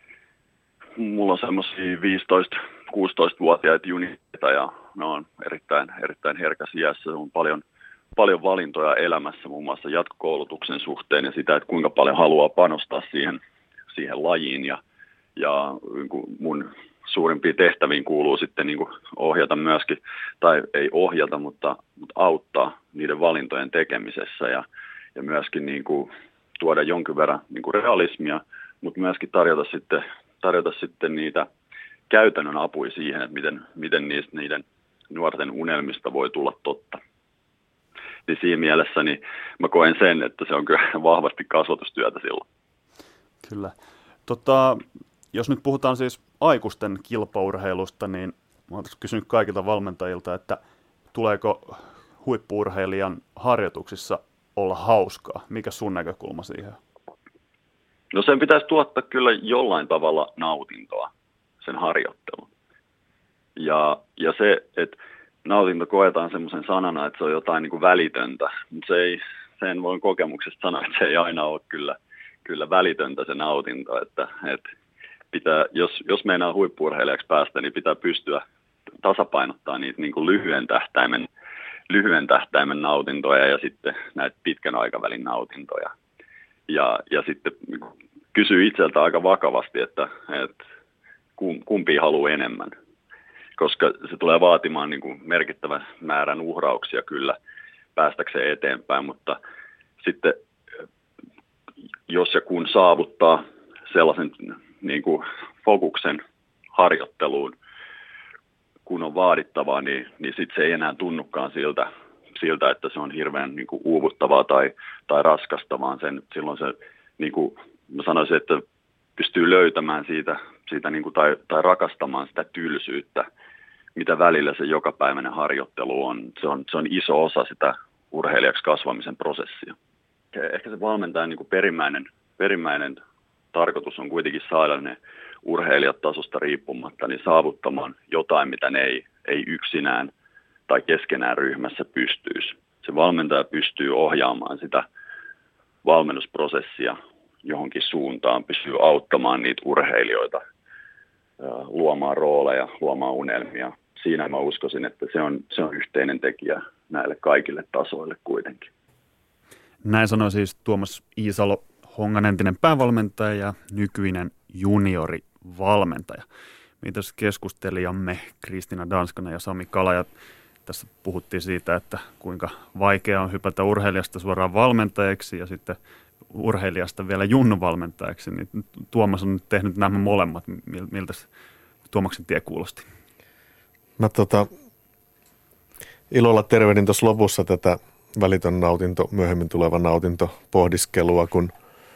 mulla on semmoisia viisitoista-kuusitoista-vuotiaita junioreita ja ne on erittäin, erittäin herkäs iässä. On paljon, paljon valintoja elämässä muun muassa jatkokoulutuksen suhteen ja sitä, että kuinka paljon haluaa panostaa siihen, siihen lajiin. Ja, ja mun suurimpiin tehtäviin kuuluu sitten niin kuin ohjata myöskin, tai ei ohjata, mutta, mutta auttaa niiden valintojen tekemisessä ja, ja myöskin niin kuin tuoda jonkin verran niin kuin realismia, mutta myöskin tarjota sitten, tarjota sitten niitä käytännön apuja siihen, että miten, miten niistä niiden nuorten unelmista voi tulla totta. Niin siinä mielessä niin mä koen sen, että se on kyllä vahvasti kasvatustyötä silloin. Kyllä. Tota, jos nyt puhutaan siis aikuisten kilpaurheilusta, niin mä oon kysynyt kaikilta valmentajilta, että tuleeko huippu-urheilijan harjoituksissa olla hauskaa? Mikä sun näkökulma siihen? No sen pitäisi tuottaa kyllä jollain tavalla nautintoa, sen harjoittelun. Ja, ja se, että nautinto koetaan semmoisen sanana, että se on jotain niin kuin välitöntä, mutta se ei, sen voin kokemuksesta sanoa, että se ei aina ole kyllä, kyllä välitöntä se nautinto. Että, että pitää, jos, jos meinaa huippu-urheilijaksi päästä, niin pitää pystyä tasapainottaa niitä niin kuin lyhyen tähtäimen lyhyen tähtäimen nautintoja ja sitten näitä pitkän aikavälin nautintoja. Ja, ja sitten kysyy itseltä aika vakavasti, että, että kumpi haluaa enemmän. Koska se tulee vaatimaan niin kuin merkittävän määrän uhrauksia kyllä päästäkseen eteenpäin, mutta sitten jos ja kun saavuttaa sellaisen niin kuin fokuksen harjoitteluun, kun on vaadittavaa, niin, niin sitten se ei enää tunnukaan siltä, siltä että se on hirveän niin kuin uuvuttavaa tai, tai raskasta, vaan sen, silloin se, niin kuin mä sanoisin, että pystyy löytämään siitä, siitä niin kuin, tai, tai rakastamaan sitä tylsyyttä, mitä välillä se jokapäiväinen harjoittelu on. Se on, se on iso osa sitä urheilijaksi kasvamisen prosessia. Ehkä se valmentajan niin kuin perimmäinen, perimmäinen tarkoitus on kuitenkin saada ne urheilijat tasosta riippumatta niin saavuttamaan jotain, mitä ne ei, ei yksinään tai keskenään ryhmässä pystyisi. Se valmentaja pystyy ohjaamaan sitä valmennusprosessia johonkin suuntaan, pystyy auttamaan niitä urheilijoita, luomaan rooleja, luomaan unelmia. Siinä mä uskoisin, että se on, se on yhteinen tekijä näille kaikille tasoille kuitenkin. Näin sanoi siis Tuomas Iisalo, Hongan entinen päävalmentaja ja nykyinen juniorivalmentaja. Mitäs keskustelijamme Kristiina Danskanen ja Sami Kalaja. Tässä puhuttiin siitä, että kuinka vaikea on hypätä urheilijasta suoraan valmentajaksi ja sitten urheilijasta vielä junnuvalmentajaksi. Niin Tuomas on nyt tehnyt nämä molemmat. Miltä Tuomaksen tie kuulosti? Mä tota, ilolla tervehdin tuossa lopussa tätä välitön nautinto, myöhemmin tuleva nautinto pohdiskelua, kun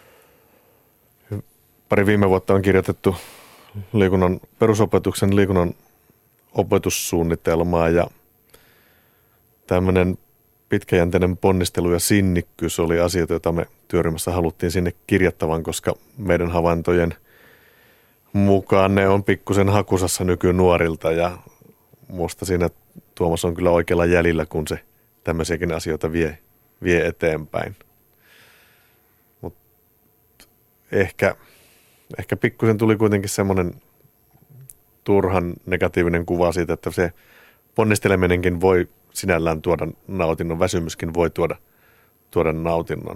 pari viime vuotta on kirjoitettu liikunnan, perusopetuksen liikunnan opetussuunnitelmaa ja tämmöinen pitkäjänteinen ponnistelu ja sinnikkyys oli asioita, joita me työryhmässä haluttiin sinne kirjattavan, koska meidän havaintojen mukaan ne on pikkusen hakusassa nykynuorilta ja musta siinä Tuomas on kyllä oikealla jäljellä, kun se tämmöisiäkin asioita vie, vie eteenpäin. Mut ehkä, ehkä pikkusen tuli kuitenkin semmoinen turhan negatiivinen kuva siitä, että se ponnisteleminenkin voi sinällään tuoda nautinnon, väsymyskin voi tuoda, tuoda nautinnon.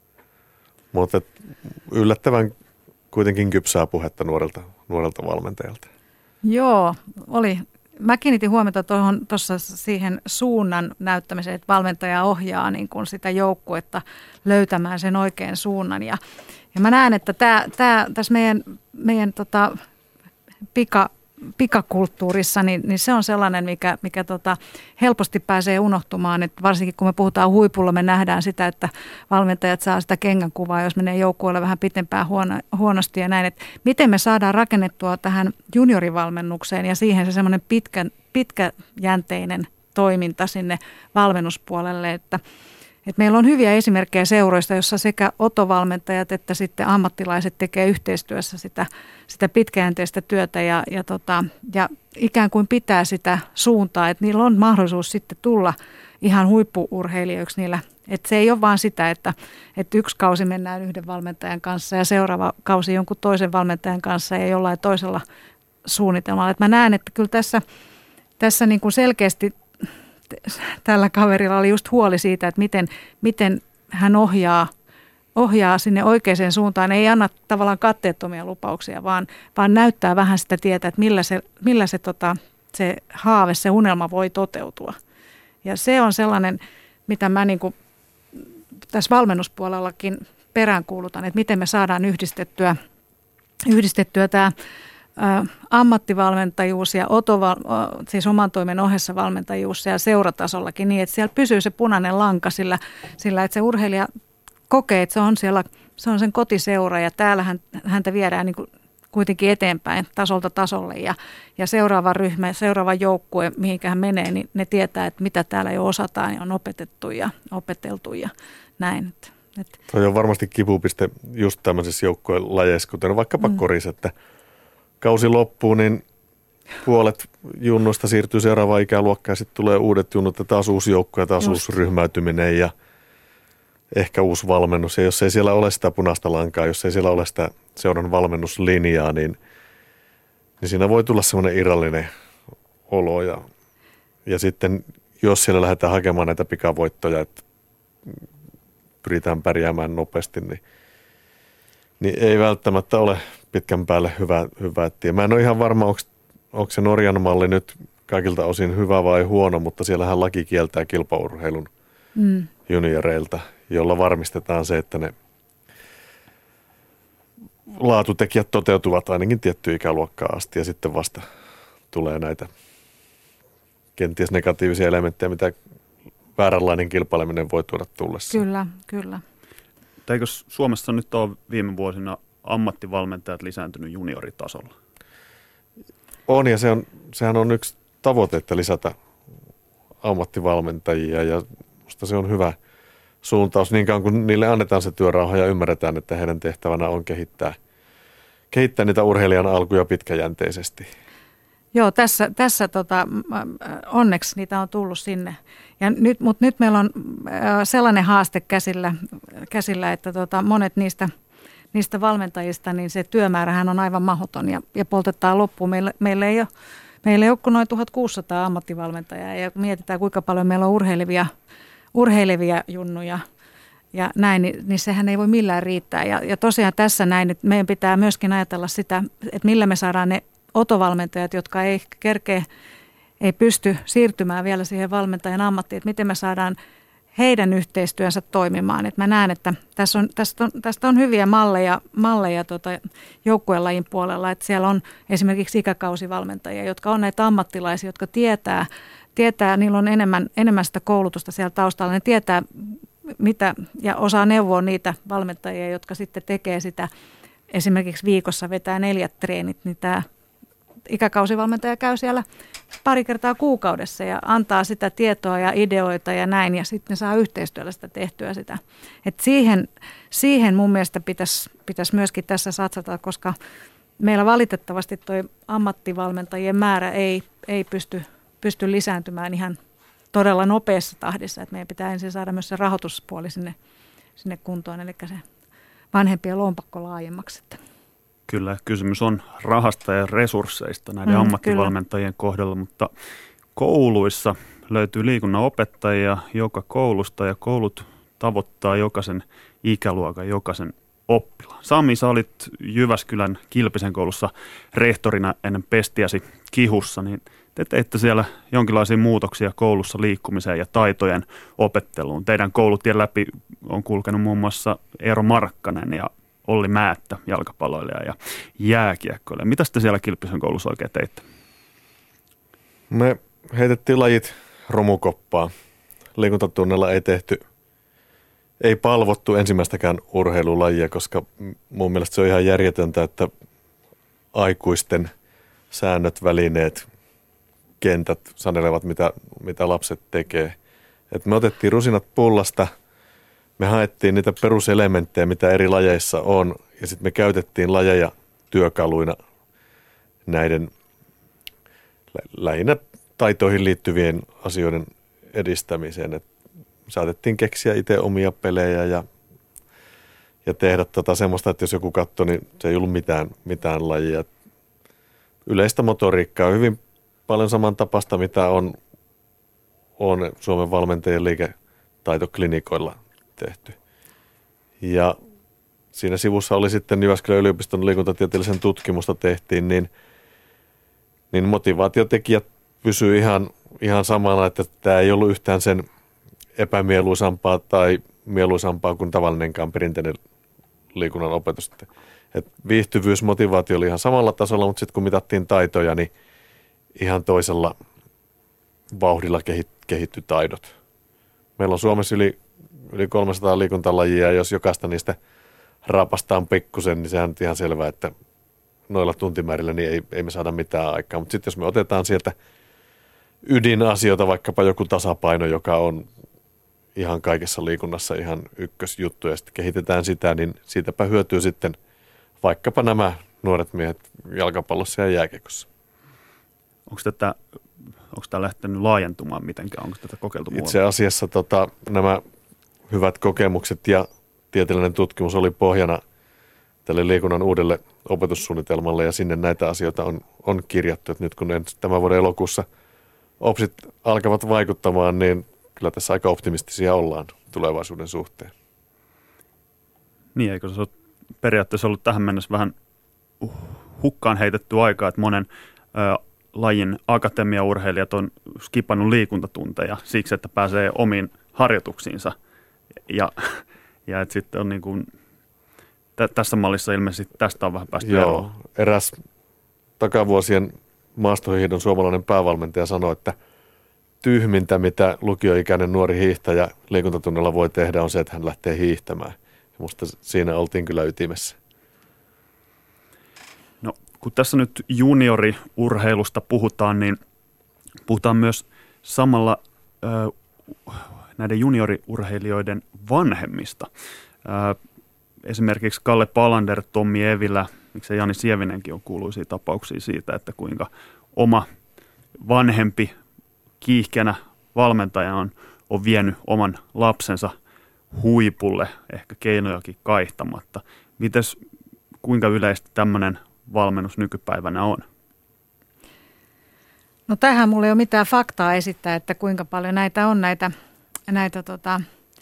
Mutta yllättävän kuitenkin kypsää puhetta nuorelta, nuorelta valmentajalta. Joo, oli. Mä kiinnitin huomiota tuossa siihen suunnan näyttämiseen, että valmentaja ohjaa niin kun sitä joukkuetta löytämään sen oikean suunnan. Ja, ja mä näen, että tää, tää, tässä meidän, meidän tota, pika, pikakulttuurissa, niin, niin se on sellainen, mikä, mikä tota, helposti pääsee unohtumaan. Et varsinkin kun me puhutaan huipulla, me nähdään sitä, että valmentajat saa sitä kengänkuvaa, jos menee joukkueelle vähän pitempään huono, huonosti ja näin. Et miten me saadaan rakennettua tähän juniorivalmennukseen ja siihen se semmoinen pitkä, pitkäjänteinen toiminta sinne valmennuspuolelle, että Et meillä on hyviä esimerkkejä seuroista, jossa sekä otovalmentajat että sitten ammattilaiset tekee yhteistyössä sitä, sitä pitkäjänteistä työtä ja, ja, tota, ja ikään kuin pitää sitä suuntaa, että niillä on mahdollisuus sitten tulla ihan huippu-urheilijoiksi niillä. Että se ei ole vaan sitä, että, että yksi kausi mennään yhden valmentajan kanssa ja seuraava kausi jonkun toisen valmentajan kanssa ja jollain toisella suunnitelmalla. Et mä näen, että kyllä tässä, tässä niin kuin selkeästi tällä kaverilla oli just huoli siitä, että miten, miten hän ohjaa, ohjaa sinne oikeaan suuntaan. Ei anna tavallaan katteettomia lupauksia, vaan, vaan näyttää vähän sitä tietä, että millä se, millä se, tota, se haave, se unelma voi toteutua. Ja se on sellainen, mitä mä niin kuin tässä valmennuspuolellakin peräänkuulutan, että miten me saadaan yhdistettyä, yhdistettyä tämä ammattivalmentajuus ja otoval, siis oman toimen ohessa valmentajuus ja seuratasollakin niin, että siellä pysyy se punainen lanka sillä, sillä että se urheilija kokee, että se on siellä, se on sen kotiseura ja täällä häntä viedään niin kuin kuitenkin eteenpäin tasolta tasolle ja, ja seuraava ryhmä, seuraava joukkue, mihinkä hän menee, niin ne tietää, että mitä täällä jo osataan ja on opetettu ja opeteltu ja näin. Että. Toi on varmasti kipupiste just tämmöisessä joukkueen lajeissa, kuten vaikkapa mm. korissa, että kausi loppuu, niin puolet junnuista siirtyy seuraavaan ikäluokkaan ja sitten tulee uudet junnut ja taas uusi joukko ja taas Just. uusi ryhmäytyminen ja ehkä uusi valmennus. Ja jos ei siellä ole sitä punaista lankaa, jos ei siellä ole sitä seuran valmennuslinjaa, niin, niin siinä voi tulla semmoinen irrallinen olo. Ja, ja sitten jos siellä lähdetään hakemaan näitä pikavoittoja, että pyritään pärjäämään nopeasti, niin, niin ei välttämättä ole pitkän päälle hyvä, hyvä tie. Mä en ole ihan varma, onko, onko se Norjan malli nyt kaikilta osin hyvä vai huono, mutta siellähän laki kieltää kilpaurheilun mm. junioreilta, jolla varmistetaan se, että ne laatutekijät toteutuvat ainakin tiettyyn ikäluokkaan asti ja sitten vasta tulee näitä kenties negatiivisia elementtejä, mitä vääränlainen kilpaileminen voi tuoda tullessa. Kyllä, kyllä. Eikö Suomessa nyt ole viime vuosina ammattivalmentajat lisääntynyt junioritasolla? On ja se on, sehän on yksi tavoite, että lisätä ammattivalmentajia ja musta se on hyvä suuntaus niin kauan kun niille annetaan se työrauha ja ymmärretään, että heidän tehtävänä on kehittää, kehittää niitä urheilijan alkuja pitkäjänteisesti. Joo, tässä, tässä tota, onneksi niitä on tullut sinne. Ja nyt, mutta nyt meillä on sellainen haaste käsillä, käsillä että tota, monet niistä, niistä valmentajista, niin se työmäärähän on aivan mahdoton ja, ja poltetaan loppuun. Meillä, meillä ei ole, meillä ei ole kuin noin tuhatkuusisataa ammattivalmentajaa ja mietitään kuinka paljon meillä on urheilevia, urheilevia junnuja ja näin, niin, niin sehän ei voi millään riittää. Ja, ja tosiaan tässä näin, että meidän pitää myöskin ajatella sitä, että millä me saadaan ne otovalmentajat, jotka ei kerkeä, ei pysty siirtymään vielä siihen valmentajan ammattiin, että miten me saadaan heidän yhteistyönsä toimimaan. Et mä näen, että tässä on, tästä, on, tästä on hyviä malleja, malleja tota joukkuelajin puolella, että siellä on esimerkiksi ikäkausivalmentajia, jotka on näitä ammattilaisia, jotka tietää, tietää niillä on enemmän, enemmän sitä koulutusta siellä taustalla, ne tietää mitä ja osaa neuvoa niitä valmentajia, jotka sitten tekee sitä, esimerkiksi viikossa vetää neljät treenit, niin tämä ikäkausivalmentaja käy siellä pari kertaa kuukaudessa ja antaa sitä tietoa ja ideoita ja näin, ja sitten saa yhteistyöllä sitä tehtyä sitä. Et siihen, siihen mun mielestä pitäisi, pitäisi myöskin tässä satsata, koska meillä valitettavasti tuo ammattivalmentajien määrä ei, ei pysty, pysty lisääntymään ihan todella nopeassa tahdissa. Et meidän pitää ensin saada myös se rahoituspuoli sinne, sinne kuntoon, eli se vanhempien lompakko laajemmaksi. Kyllä, kysymys on rahasta ja resursseista näiden mm, ammattivalmentajien kyllä. kohdalla, mutta kouluissa löytyy liikunnan opettajia joka koulusta ja koulut tavoittaa jokaisen ikäluokan, jokaisen oppilaan. Sami, sä olit Jyväskylän Kilpisen koulussa rehtorina ennen pestiäsi Kihussa, niin te teitte siellä jonkinlaisia muutoksia koulussa liikkumiseen ja taitojen opetteluun. Teidän koulutien läpi on kulkenut muun muassa Eero Markkanen ja Olli Määttä, jalkapalloilija ja jääkiekkoilija. Mitä te siellä Kilpisen koulussa oikein teitte? Me heitettiin lajit romukoppaan. Liikuntatunnilla ei tehty, ei palvottu ensimmäistäkään urheilulajia, koska mun mielestä se on ihan järjetöntä, että aikuisten säännöt, välineet, kentät sanelevat, mitä, mitä lapset tekee. Et me otettiin rusinat pullasta, me haettiin niitä peruselementtejä, mitä eri lajeissa on, ja sitten me käytettiin lajeja työkaluina näiden lähinnä taitoihin liittyvien asioiden edistämiseen. Et saatettiin keksiä itse omia pelejä ja, ja tehdä tota semmoista, että jos joku katsoi, niin se ei ollut mitään, mitään lajia. Yleistä motoriikkaa on hyvin paljon samantapaista, mitä on, on Suomen valmentajien liiketaitoklinikoilla tehty. Ja siinä sivussa oli sitten Jyväskylän yliopiston liikuntatieteellisen tutkimusta tehtiin, niin, niin motivaatiotekijät pysyy ihan, ihan samalla, että tämä ei ollut yhtään sen epämieluisampaa tai mieluisampaa kuin tavallinenkaan perinteinen liikunnan opetus. Et viihtyvyys, motivaatio oli ihan samalla tasolla, mutta sitten kun mitattiin taitoja, niin ihan toisella vauhdilla kehittyi taidot. Meillä on Suomessa yli, yli kolmesataa liikuntalajia, ja jos jokaista niistä raapastaan pikkusen, niin sehän on ihan selvää, että noilla tuntimäärillä niin ei, ei me saada mitään aikaa. Mutta sitten jos me otetaan sieltä ydinasioita, vaikkapa joku tasapaino, joka on ihan kaikessa liikunnassa ihan ykkösjuttu, ja sitten kehitetään sitä, niin siitäpä hyötyy sitten vaikkapa nämä nuoret miehet jalkapallossa ja jääkiekossa. Onko tätä, onko tämä lähtenyt laajentumaan mitenkään? Onko tätä kokeiltu muualla? Itse asiassa tota, nämä hyvät kokemukset ja tieteellinen tutkimus oli pohjana tälle liikunnan uudelle opetussuunnitelmalle, ja sinne näitä asioita on, on kirjattu. Että nyt kun tämän vuoden elokuussa opsit alkavat vaikuttamaan, niin kyllä tässä aika optimistisia ollaan tulevaisuuden suhteen. Niin, eikö se ole periaatteessa ollut tähän mennessä vähän hukkaan heitetty aikaa, että monen ö, lajin akatemiaurheilijat on skipannut liikuntatunteja siksi, että pääsee omiin harjoituksiinsa. Ja, ja että sitten on niin kuin, t- tässä mallissa ilmeisesti tästä on vähän päästy Joo, eroon. Eräs takavuosien maastohiihdon suomalainen päävalmentaja sanoi, että tyhmintä, mitä lukioikäinen nuori hiihtäjä liikuntatunnilla voi tehdä, on se, että hän lähtee hiihtämään. Musta siinä oltiin kyllä ytimessä. No, kun tässä nyt junioriurheilusta puhutaan, niin puhutaan myös samalla ö, näiden junioriurheilijoiden vanhemmista. Ö, esimerkiksi Kalle Palander, Tommi Evilä, miksei Jani Sievinenkin on kuuluisia tapauksia siitä, että kuinka oma vanhempi kiihkeänä valmentaja on, on vienyt oman lapsensa huipulle, ehkä keinojakin kaihtamatta. Mites, kuinka yleistä tämmöinen valmennus nykypäivänä on? No tähän mulla ei ole mitään faktaa esittää, että kuinka paljon näitä on näitä, näitä tota,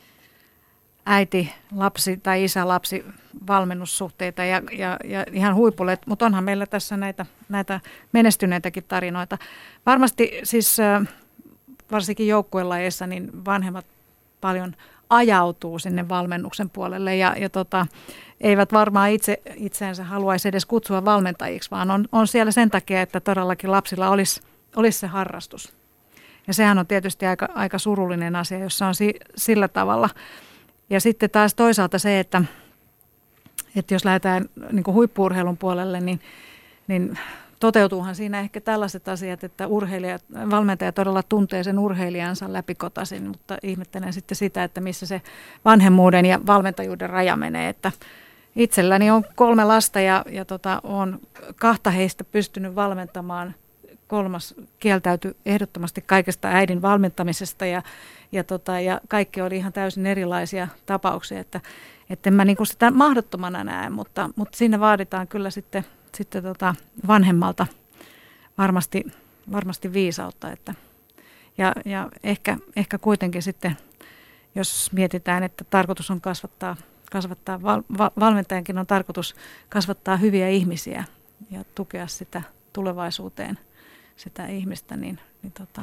äiti-lapsi tai isä-lapsi valmennussuhteita ja, ja, ja ihan huipulle, mutta onhan meillä tässä näitä, näitä menestyneitäkin tarinoita. Varmasti siis varsinkin joukkuelajeissa niin vanhemmat paljon ajautuu sinne valmennuksen puolelle ja, ja tota, eivät varmaan itse itseensä haluaisi edes kutsua valmentajiksi, vaan on, on siellä sen takia, että todellakin lapsilla olisi, olisi se harrastus. Ja sehän on tietysti aika, aika surullinen asia, jos se on si, sillä tavalla. Ja sitten taas toisaalta se, että, että jos lähdetään niin kuin huippu-urheilun puolelle, niin, niin toteutuuhan siinä ehkä tällaiset asiat, että urheilijat, valmentaja todella tuntee sen urheilijansa läpikotaisin, mutta ihmettelen sitten sitä, että missä se vanhemmuuden ja valmentajuuden raja menee. Että itselläni on kolme lasta ja, ja tota, olen kahta heistä pystynyt valmentamaan. Kolmas kieltäytyi ehdottomasti kaikesta äidin valmentamisesta ja, ja, tota, ja kaikki oli ihan täysin erilaisia tapauksia, että, että en mä niinku sitä mahdottomana näe, mutta, mutta siinä vaaditaan kyllä sitten, sitten tota vanhemmalta varmasti, varmasti viisautta. Että, ja ja ehkä, ehkä kuitenkin sitten jos mietitään, että tarkoitus on kasvattaa, kasvattaa val, val, valmentajankin on tarkoitus kasvattaa hyviä ihmisiä ja tukea sitä tulevaisuuteen sitä ihmistä, niin, niin tota,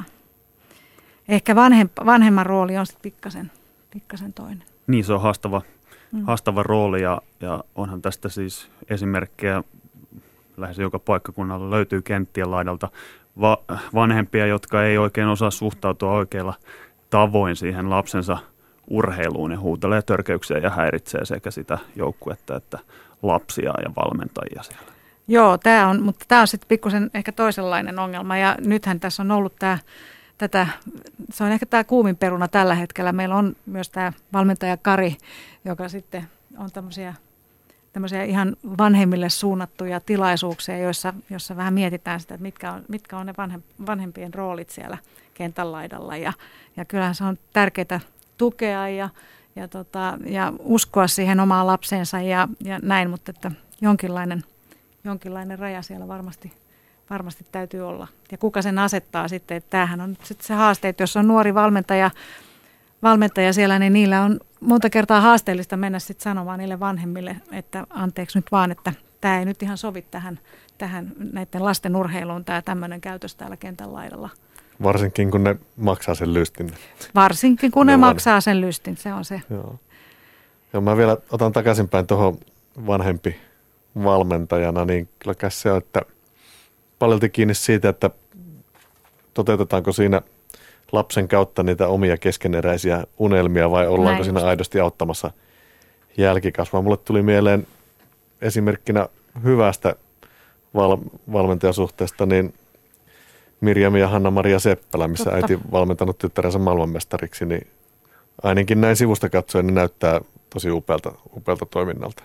ehkä vanhem, vanhemman rooli on sitten pikkasen, pikkasen toinen. Niin, se on haastava, mm. haastava rooli ja, ja onhan tästä siis esimerkkejä lähes joka paikkakunnalla löytyy kenttien laidalta va- vanhempia, jotka ei oikein osaa suhtautua oikeilla tavoin siihen lapsensa urheiluun ja huutelee törkeyksiä ja häiritsee sekä sitä joukkuetta että lapsia ja valmentajia siellä. Joo, tämä on, mutta tämä on sitten pikkusen ehkä toisenlainen ongelma ja nythän tässä on ollut tämä, tätä, se on ehkä tämä kuumin peruna tällä hetkellä. Meillä on myös tämä valmentaja Kari, joka sitten on tämmöisiä, tämmöisiä ihan vanhemmille suunnattuja tilaisuuksia, joissa, joissa vähän mietitään sitä, että mitkä on, mitkä on ne vanhem, vanhempien roolit siellä kentän laidalla ja, ja kyllähän se on tärkeää tukea ja, ja, tota, ja uskoa siihen omaan lapseensa ja, ja näin, mutta että jonkinlainen Jonkinlainen raja siellä varmasti, varmasti täytyy olla. Ja kuka sen asettaa sitten, että tämähän on sitten se haaste, että jos on nuori valmentaja, valmentaja siellä, niin niillä on monta kertaa haasteellista mennä sitten sanomaan niille vanhemmille, että anteeksi nyt vaan, että tämä ei nyt ihan sovi tähän, tähän näiden lasten urheiluun, tämä tämmöinen käytös täällä kentän laidalla. Varsinkin kun ne maksaa sen lystin. Varsinkin kun ne, ne maksaa sen lystin, se on se. Joo. Joo, mä vielä otan takaisinpäin tuohon vanhempi valmentajana, niin kyllä se on, että paljolti kiinni siitä, että toteutetaanko siinä lapsen kautta niitä omia keskeneräisiä unelmia vai ollaanko Näin. siinä aidosti auttamassa jälkikasvua. Mulle tuli mieleen esimerkkinä hyvästä val- valmentajasuhteesta niin Mirjam ja Hanna-Maria Seppälä, missä Totta. äiti valmentanut tyttärensä maailmanmestariksi, niin ainakin näin sivusta katsoen niin näyttää tosi upealta, upealta toiminnalta.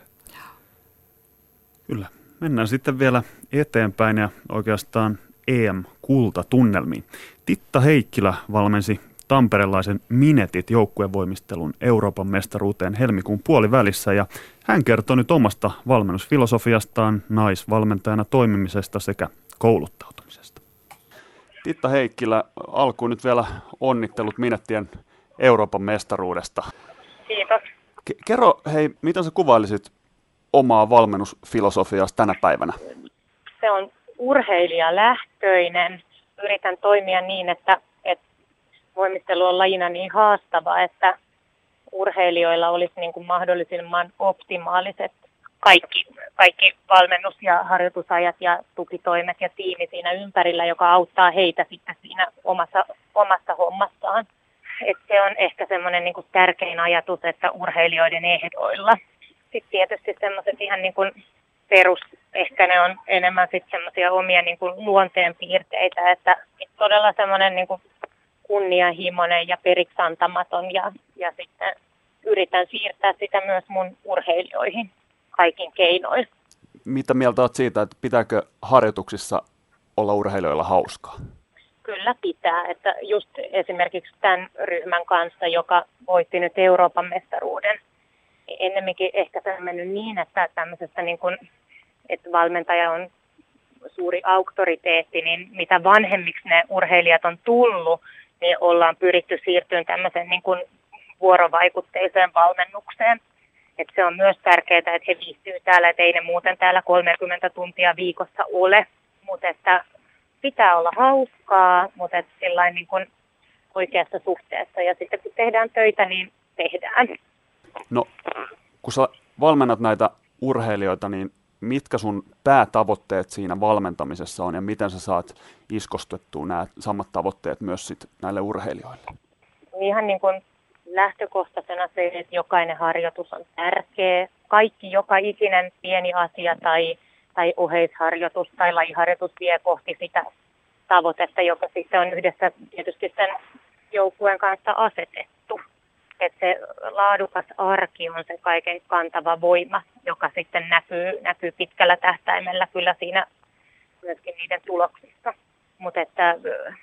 Kyllä. Mennään sitten vielä eteenpäin ja oikeastaan E M-kultatunnelmiin. Titta Heikkilä valmensi tamperelaisen Minetit joukkuevoimistelun Euroopan mestaruuteen helmikuun puolivälissä ja hän kertoo nyt omasta valmennusfilosofiastaan, naisvalmentajana toimimisesta sekä kouluttautumisesta. Titta Heikkilä, alkuun nyt vielä onnittelut Minettien Euroopan mestaruudesta. Kiitos. K- kerro hei, miten sä kuvailisit omaa valmennusfilosofiaa tänä päivänä? Se on urheilijalähtöinen. Yritän toimia niin, että, että voimistelu on lajina niin haastava, että urheilijoilla olisi niin kuin mahdollisimman optimaaliset kaikki, kaikki valmennus- ja harjoitusajat ja tukitoimet ja tiimi siinä ympärillä, joka auttaa heitä sitten siinä omassa, omassa hommassaan. Et se on ehkä semmoinen niin kuin tärkein ajatus, että urheilijoiden ehdoilla. Sitten tietysti semmoiset ihan niin kuin perus, ehkä ne on enemmän sitten semmoisia omia niin kuin luonteenpiirteitä, että todella semmoinen niin kuin kunnianhimoinen ja periksantamaton ja, ja sitten yritän siirtää sitä myös mun urheilijoihin kaikin keinoin. Mitä mieltä olet siitä, että pitääkö harjoituksissa olla urheilijoilla hauskaa? Kyllä pitää, että just esimerkiksi tämän ryhmän kanssa, joka voitti nyt Euroopan mestaruuden, ennemminkin ehkä se on mennyt niin, että tämmöisestä niin kuin, että valmentaja on suuri auktoriteetti, niin mitä vanhemmiksi ne urheilijat on tullut, niin ollaan pyritty siirtymään tämmöiseen niin kuin vuorovaikutteiseen valmennukseen. Että se on myös tärkeää, että he viihtyy täällä, että ei ne muuten täällä kolmekymmentä tuntia viikossa ole, mutta että pitää olla hauskaa, mutta että sillain niin kuin oikeassa suhteessa ja sitten kun tehdään töitä, niin tehdään. No, kun sä valmennat näitä urheilijoita, niin mitkä sun päätavoitteet siinä valmentamisessa on ja miten sä saat iskostettua nämä samat tavoitteet myös sit näille urheilijoille? Ihan niin kuin lähtökohtaisena se, että jokainen harjoitus on tärkeä. Kaikki, joka ikinen pieni asia tai, tai oheisharjoitus tai lajiharjoitus vie kohti sitä tavoitetta, joka sitten on yhdessä tietysti sen joukkueen kanssa asetettu. Että se laadukas arki on se kaiken kantava voima, joka sitten näkyy, näkyy pitkällä tähtäimellä kyllä siinä myöskin niiden tuloksissa. Mutta että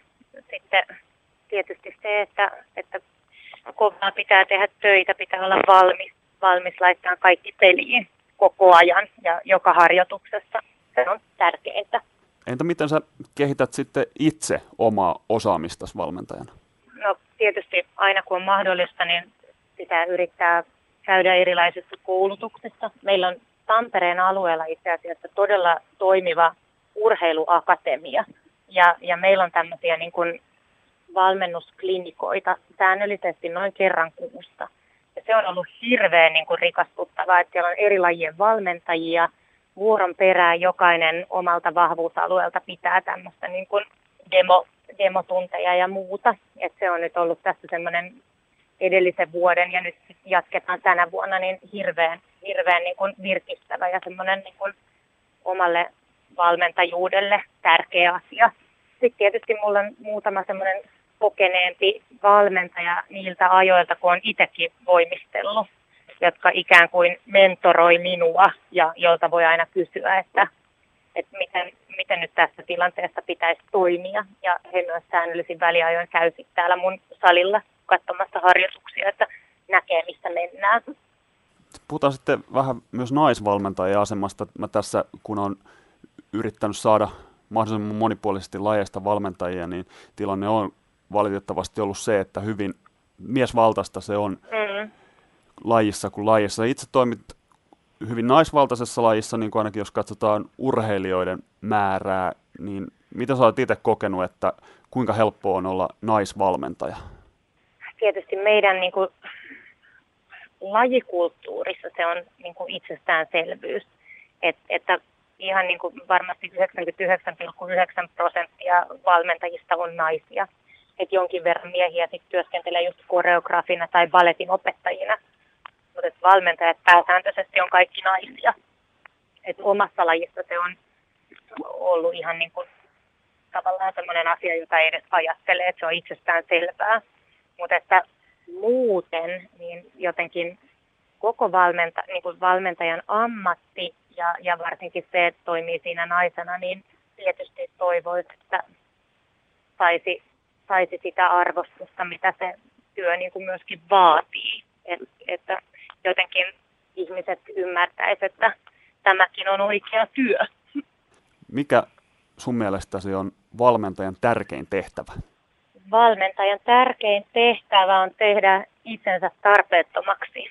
sitten tietysti se, että, että kovaa pitää tehdä töitä, pitää olla valmis, valmis laittaa kaikki peliin koko ajan ja joka harjoituksessa. Se on tärkeintä. Entä miten sä kehität sitten itse omaa osaamistasi valmentajana? No tietysti aina kun on mahdollista, niin pitää yrittää käydä erilaisissa koulutuksissa. Meillä on Tampereen alueella itse asiassa todella toimiva urheiluakatemia ja, ja meillä on tämmöisiä niin kuin valmennusklinikoita säännöllisesti noin kerran kuussa. Ja se on ollut hirveän niin kuin rikastuttavaa, että siellä on eri lajien valmentajia, vuoron perään jokainen omalta vahvuusalueelta pitää tämmöistä niin kuin demo, demotunteja ja muuta. Et se on nyt ollut tässä semmoinen edellisen vuoden ja nyt jatketaan tänä vuonna niin hirveän, hirveän niin kuin virkistävä ja semmoinen niin kuin omalle valmentajuudelle tärkeä asia. Sitten tietysti mulla on muutama semmoinen kokeneempi valmentaja niiltä ajoilta, kun on itsekin voimistellut, jotka ikään kuin mentoroi minua ja jolta voi aina kysyä, että, että miten, miten nyt tässä tilanteessa pitäisi toimia. Ja he myös säännöllisin väliajoin käy täällä mun salilla katsomassa harjoituksia, että näkee, missä mennään. Puhutaan sitten vähän myös naisvalmentajien asemasta. Mä tässä, kun olen yrittänyt saada mahdollisimman monipuolisesti lajeista valmentajia, niin tilanne on valitettavasti ollut se, että hyvin miesvaltaista se on mm. lajissa kuin lajissa. Itse toimit hyvin naisvaltaisessa lajissa, niin kuin ainakin jos katsotaan urheilijoiden määrää, niin mitä sä olet itse kokenut, että kuinka helppoa on olla naisvalmentaja? Tietysti meidän niin kuin, lajikulttuurissa se on niin kuin itsestäänselvyys, Et, että ihan niin kuin varmasti yhdeksänkymmentäyhdeksän pilkku yhdeksän prosenttia valmentajista on naisia. Että jonkin verran miehiä sitten työskentelee just koreografina tai balletin opettajina, mutta valmentajat pääsääntöisesti on kaikki naisia. Et omassa lajissa se on ollut ihan niin kuin tavallaan sellainen asia, jota ei edes ajattele, että se on itsestään selvää. Mutta että muuten niin jotenkin koko valmenta, niin kuin valmentajan ammatti ja, ja varsinkin se, että toimii siinä naisena, niin tietysti toivoisi, että saisi, saisi sitä arvostusta, mitä se työ niin kuin myöskin vaatii. Et, että jotenkin ihmiset ymmärtäisivät, että tämäkin on oikea työ. Mikä sun mielestäsi on valmentajan tärkein tehtävä? Valmentajan tärkein tehtävä on tehdä itsensä tarpeettomaksi.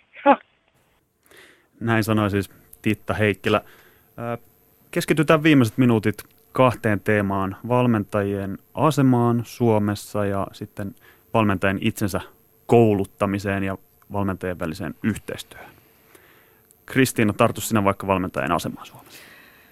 Näin sanoi siis Titta Heikkilä. Keskitytään viimeiset minuutit kahteen teemaan: valmentajien asemaan Suomessa ja sitten valmentajien itsensä kouluttamiseen ja valmentajien väliseen yhteistyöhön. Kristiina, tartu sinä vaikka valmentajien asemaan Suomessa.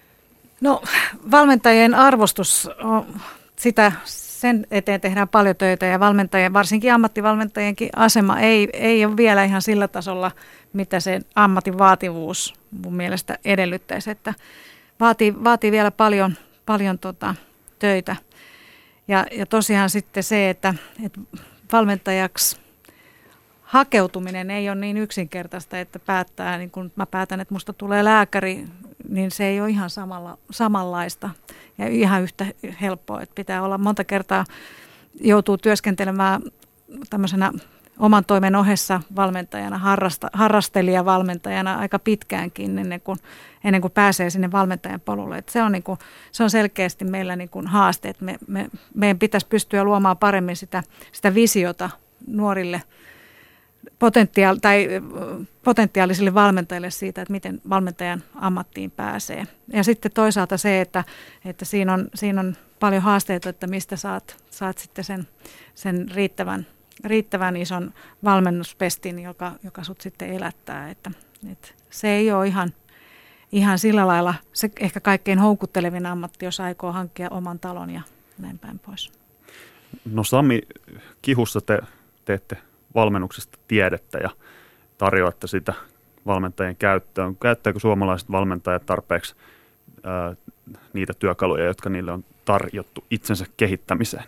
No, valmentajien arvostus, sitä, sen eteen tehdään paljon töitä ja valmentajien, varsinkin ammattivalmentajienkin asema ei, ei ole vielä ihan sillä tasolla, mitä se ammatin vaativuus mun mielestä edellyttäisi, että vaatii, vaatii vielä paljon, paljon tota, töitä. Ja, ja tosiaan sitten se, että, että valmentajaksi hakeutuminen ei ole niin yksinkertaista, että päättää, niin kun mä päätän, että musta tulee lääkäri, niin se ei ole ihan samalla, samanlaista ja ihan yhtä helppoa, että pitää olla monta kertaa, joutuu työskentelemään tämmöisenä oman toimen ohessa valmentajana, harrasta, harrastelijavalmentajana aika pitkäänkin ennen kuin, ennen kuin pääsee sinne valmentajan polulle. Että se, on niin kuin, se on selkeästi meillä niin kuin haaste, että me, me, meidän pitäisi pystyä luomaan paremmin sitä, sitä visiota nuorille potentiaal- tai potentiaalisille valmentajille siitä, että miten valmentajan ammattiin pääsee. Ja sitten toisaalta se, että, että siinä, on, siinä on paljon haasteita, että mistä saat, saat sitten sen, sen riittävän, riittävän ison valmennuspestin, joka, joka sut sitten elättää. Että, että se ei ole ihan, ihan sillä lailla se ehkä kaikkein houkuttelevin ammatti, jos aikoo hankkia oman talon ja näin päin pois. No Sami, Kihussa te teette valmennuksesta tiedettä ja tarjoatte sitä valmentajien käyttöön. Käyttääkö suomalaiset valmentajat tarpeeksi ää, niitä työkaluja, jotka niille on tarjottu itsensä kehittämiseen?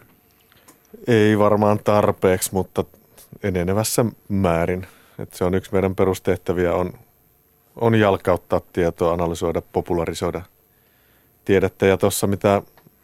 Ei varmaan tarpeeksi, mutta enenevässä määrin. Et se on yksi meidän perustehtäviä, on, on jalkauttaa tietoa, analysoida, popularisoida tiedettä. Ja tuossa mitä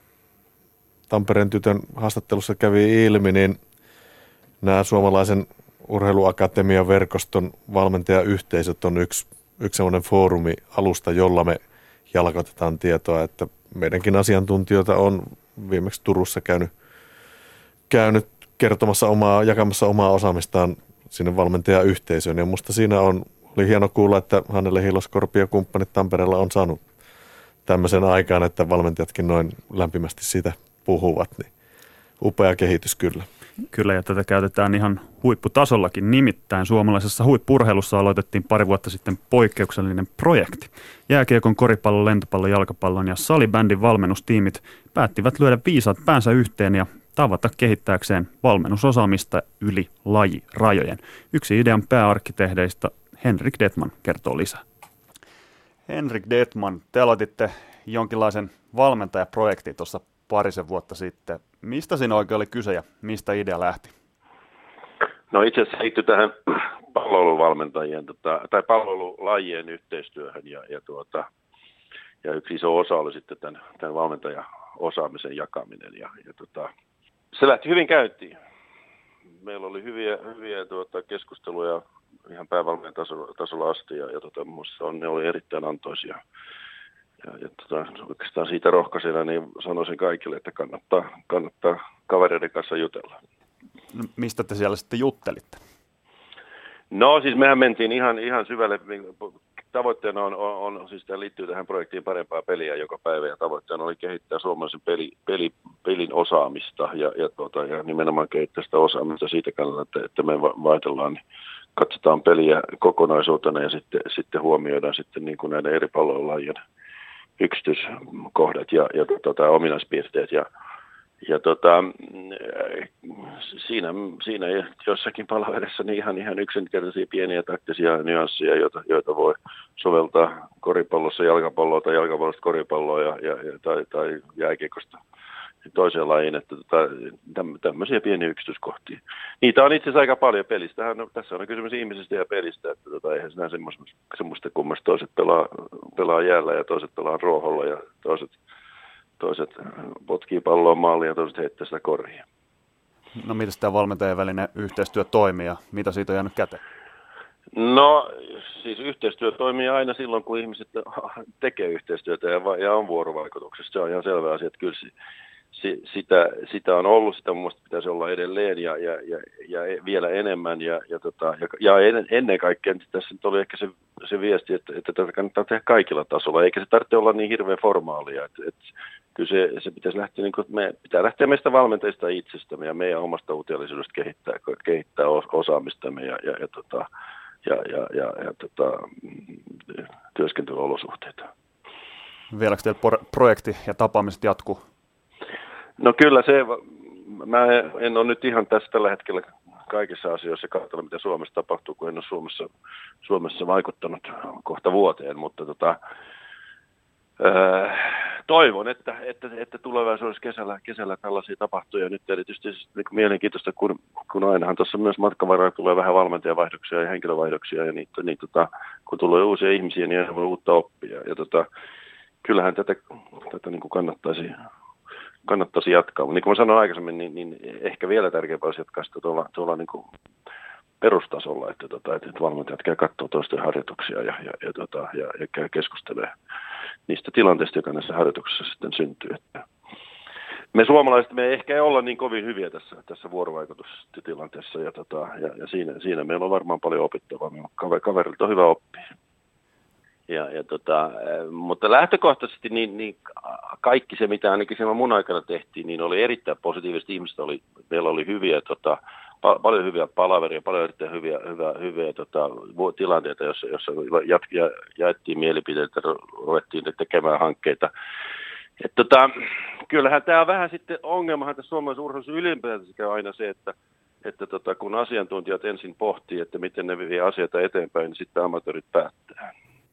Tampereen tytön haastattelussa kävi ilmi, niin nämä suomalaisen urheiluakatemian verkoston valmentajayhteisöt on yksi, yksi sellainen foorumi alusta, jolla me jalkautetaan tietoa, että meidänkin asiantuntijoita on viimeksi Turussa käynyt, käynyt kertomassa omaa, jakamassa omaa osaamistaan sinne valmentajayhteisöön. Ja musta siinä on, oli hieno kuulla, että Hannele Hiloskorpi ja kumppanit Tampereella on saanut tämmöisen aikaan, että valmentajatkin noin lämpimästi siitä puhuvat. Niin upea kehitys kyllä. Kyllä, ja tätä käytetään ihan huipputasollakin. Nimittäin suomalaisessa huippurheilussa aloitettiin pari vuotta sitten poikkeuksellinen projekti. Jääkiekon, koripallon, lentopallon, jalkapallon ja salibändin valmennustiimit päättivät lyödä viisaat päänsä yhteen ja tavata kehittääkseen valmennusosaamista yli lajirajojen. Yksi idean pääarkkitehdeistä Henrik Detman kertoo lisää. Henrik Detman, te aloititte jonkinlaisen valmentajaprojektin tuossa parisen vuotta sitten. Mistä siinä oikein oli kyse ja mistä idea lähti? No itse asiassa liittyy tähän palloiluvalmentajien tota, tai palloilulajien yhteistyöhön ja, ja, tuota, ja yksi iso osa oli sitten tämän, tämän valmentajaosaamisen jakaminen ja, ja tota, se lähti hyvin käyntiin. Meillä oli hyviä, hyviä tuota, keskusteluja ihan päävalmentajan tasolla, tasolla asti ja, ja tota, on, ne oli erittäin antoisia. Ja, ja tota, oikeastaan siitä rohkaisena niin sanoisin kaikille, että kannattaa, kannattaa kavereiden kanssa jutella. No, mistä te siellä sitten juttelitte? No siis mehän mentiin ihan, ihan syvälle. Tavoitteena on, on, on siis tämä liittyy tähän projektiin parempaa peliä joka päivä ja tavoitteena oli kehittää suomalaisen peli, peli, pelin osaamista ja, ja, tuota, ja nimenomaan kehittää sitä osaamista siitä kannalta, että, että me vaihdellaan, niin katsotaan peliä kokonaisuutena ja sitten, sitten huomioidaan sitten niin kuin näiden eri palloilulajien yksityiskohdat ja, ja tota, ominaispiirteet ja, ja tota, siinä, siinä jossakin palaverissa niin ihan, ihan yksinkertaisia pieniä taktisia nyansseja, joita, joita voi soveltaa koripallossa jalkapalloa tai jalkapallosta koripalloa ja, ja, tai, tai jääkiekosta toiseen lajiin, että tota, tämmöisiä pieniä yksityiskohtia. Niitä on itse asiassa aika paljon pelistä. No, tässä on kysymys ihmisistä ja pelistä, että tota, eihän sinä semmoista kummasta toiset pelaa, pelaa jäällä ja toiset pelaa ruoholla ja toiset, toiset potkii palloa maaliin ja toiset heittää sitä korjaa. No miten tämä valmentajien välinen yhteistyö toimii ja mitä siitä on jäänyt käteen? No siis yhteistyö toimii aina silloin, kun ihmiset tekee yhteistyötä ja, ja on vuorovaikutuksessa. Se on ihan selvä asia, että kyllä Sitä, sitä on ollut, sitä mun mielestä pitäisi olla edelleen ja, ja, ja, ja vielä enemmän ja, ja, tota, ja, ja ennen kaikkea tässä nyt oli ehkä se, se viesti, että, että tätä kannattaa tehdä kaikilla tasolla, eikä se tarvitse olla niin hirveän formaalia, että, että kyllä se, se pitäisi lähteä, niin kuin, me, pitää lähteä meistä valmentajista itsestämme ja meidän omasta uteliaisuudesta kehittää, kehittää osaamistamme ja, ja, ja, tota, ja, ja, ja, ja tota, työskentelyolosuhteita. Vieläkö teillä projekti ja tapaamiset jatkuu? No kyllä se, mä en ole nyt ihan tässä tällä hetkellä kaikissa asioissa katsella, mitä Suomessa tapahtuu, kun en ole Suomessa, Suomessa vaikuttanut kohta vuoteen, mutta tota, ää, toivon, että, että, että tulevaisuudessa kesällä, kesällä tällaisia tapahtuu ja nyt erityisesti niin mielenkiintoista, kun, kun ainahan tuossa myös matkan tulee vähän valmentajavaihdoksia ja henkilövaihdoksia ja niitä, niin, tota, kun tulee uusia ihmisiä, niin on uutta oppia ja tota, kyllähän tätä, tätä niin kuin kannattaisi kannattaisi jatkaa. Niin kuin mä sanoin aikaisemmin, niin, niin ehkä vielä tärkeämpää olisi jatkaa sitä tuolla, tuolla niin kuin perustasolla, että, tota, että valmentajat käy katsoa toisten harjoituksia ja, ja, ja, tota, ja, ja käy keskustelemaan niistä tilanteista, joka näissä harjoituksissa sitten syntyy. Että me suomalaiset me ei ehkä olla niin kovin hyviä tässä, tässä vuorovaikutustilanteessa ja, tota, ja, ja siinä, siinä meillä on varmaan paljon opittavaa. Kaverilta on hyvä oppia. Ja, ja tota, mutta lähtökohtaisesti niin, niin kaikki se, mitä ainakin siellä mun aikana tehtiin, niin oli erittäin positiivista. Ihmiset oli, meillä oli hyviä, tota, pa- paljon hyviä palaveria, paljon erittäin hyviä, hyviä, hyviä tota, tilanteita, jossa, jossa jat- jaettiin mielipiteitä, ruvettiin tekemään hankkeita. Et, tota, kyllähän tämä on vähän sitten ongelmahan tässä suomalaisessa urheilussa ylipäätään aina se, että että tota, kun asiantuntijat ensin pohtii, että miten ne vie asioita eteenpäin, niin sitten amatöörit päättää.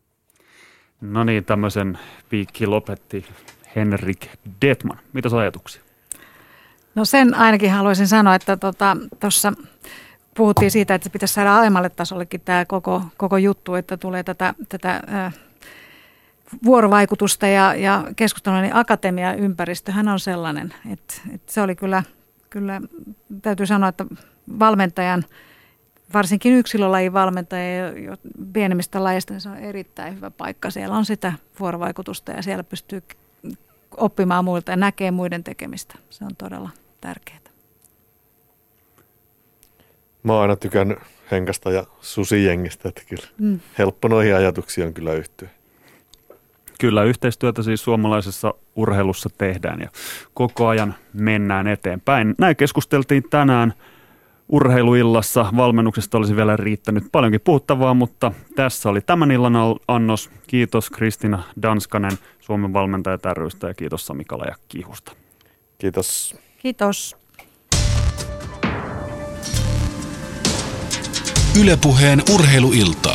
No niin, tämmöisen piikki lopetti Henrik Detman. Mitäs ajatuksia? No sen ainakin haluaisin sanoa, että tuossa tota, puhuttiin siitä, että pitäisi saada alemmalle tasollekin tämä koko, koko juttu, että tulee tätä, tätä ää, vuorovaikutusta ja, ja keskustelua, niin akatemiaympäristöhän on sellainen, että, että se oli kyllä, kyllä, täytyy sanoa, että valmentajan, varsinkin yksilölajin valmentaja pienemmistä lajista, niin se on erittäin hyvä paikka. Siellä on sitä vuorovaikutusta ja siellä pystyy oppimaan muilta ja näkee muiden tekemistä. Se on todella tärkeää. Mä oon aina tykännyt Henkasta ja susijengistä, että kyllä Mm. helppo noihin ajatuksiin on kyllä yhtyä. Kyllä yhteistyötä siis suomalaisessa urheilussa tehdään ja koko ajan mennään eteenpäin. Näin keskusteltiin tänään urheiluillassa. Valmennuksesta olisi vielä riittänyt paljonkin puhuttavaa, mutta tässä oli tämän illan annos. Kiitos Kristiina Danskanen Suomen valmentajat ry:stä ja kiitos Sami Kalaja Kihusta. Kiitos. Kiitos. Yle Puheen urheiluilta.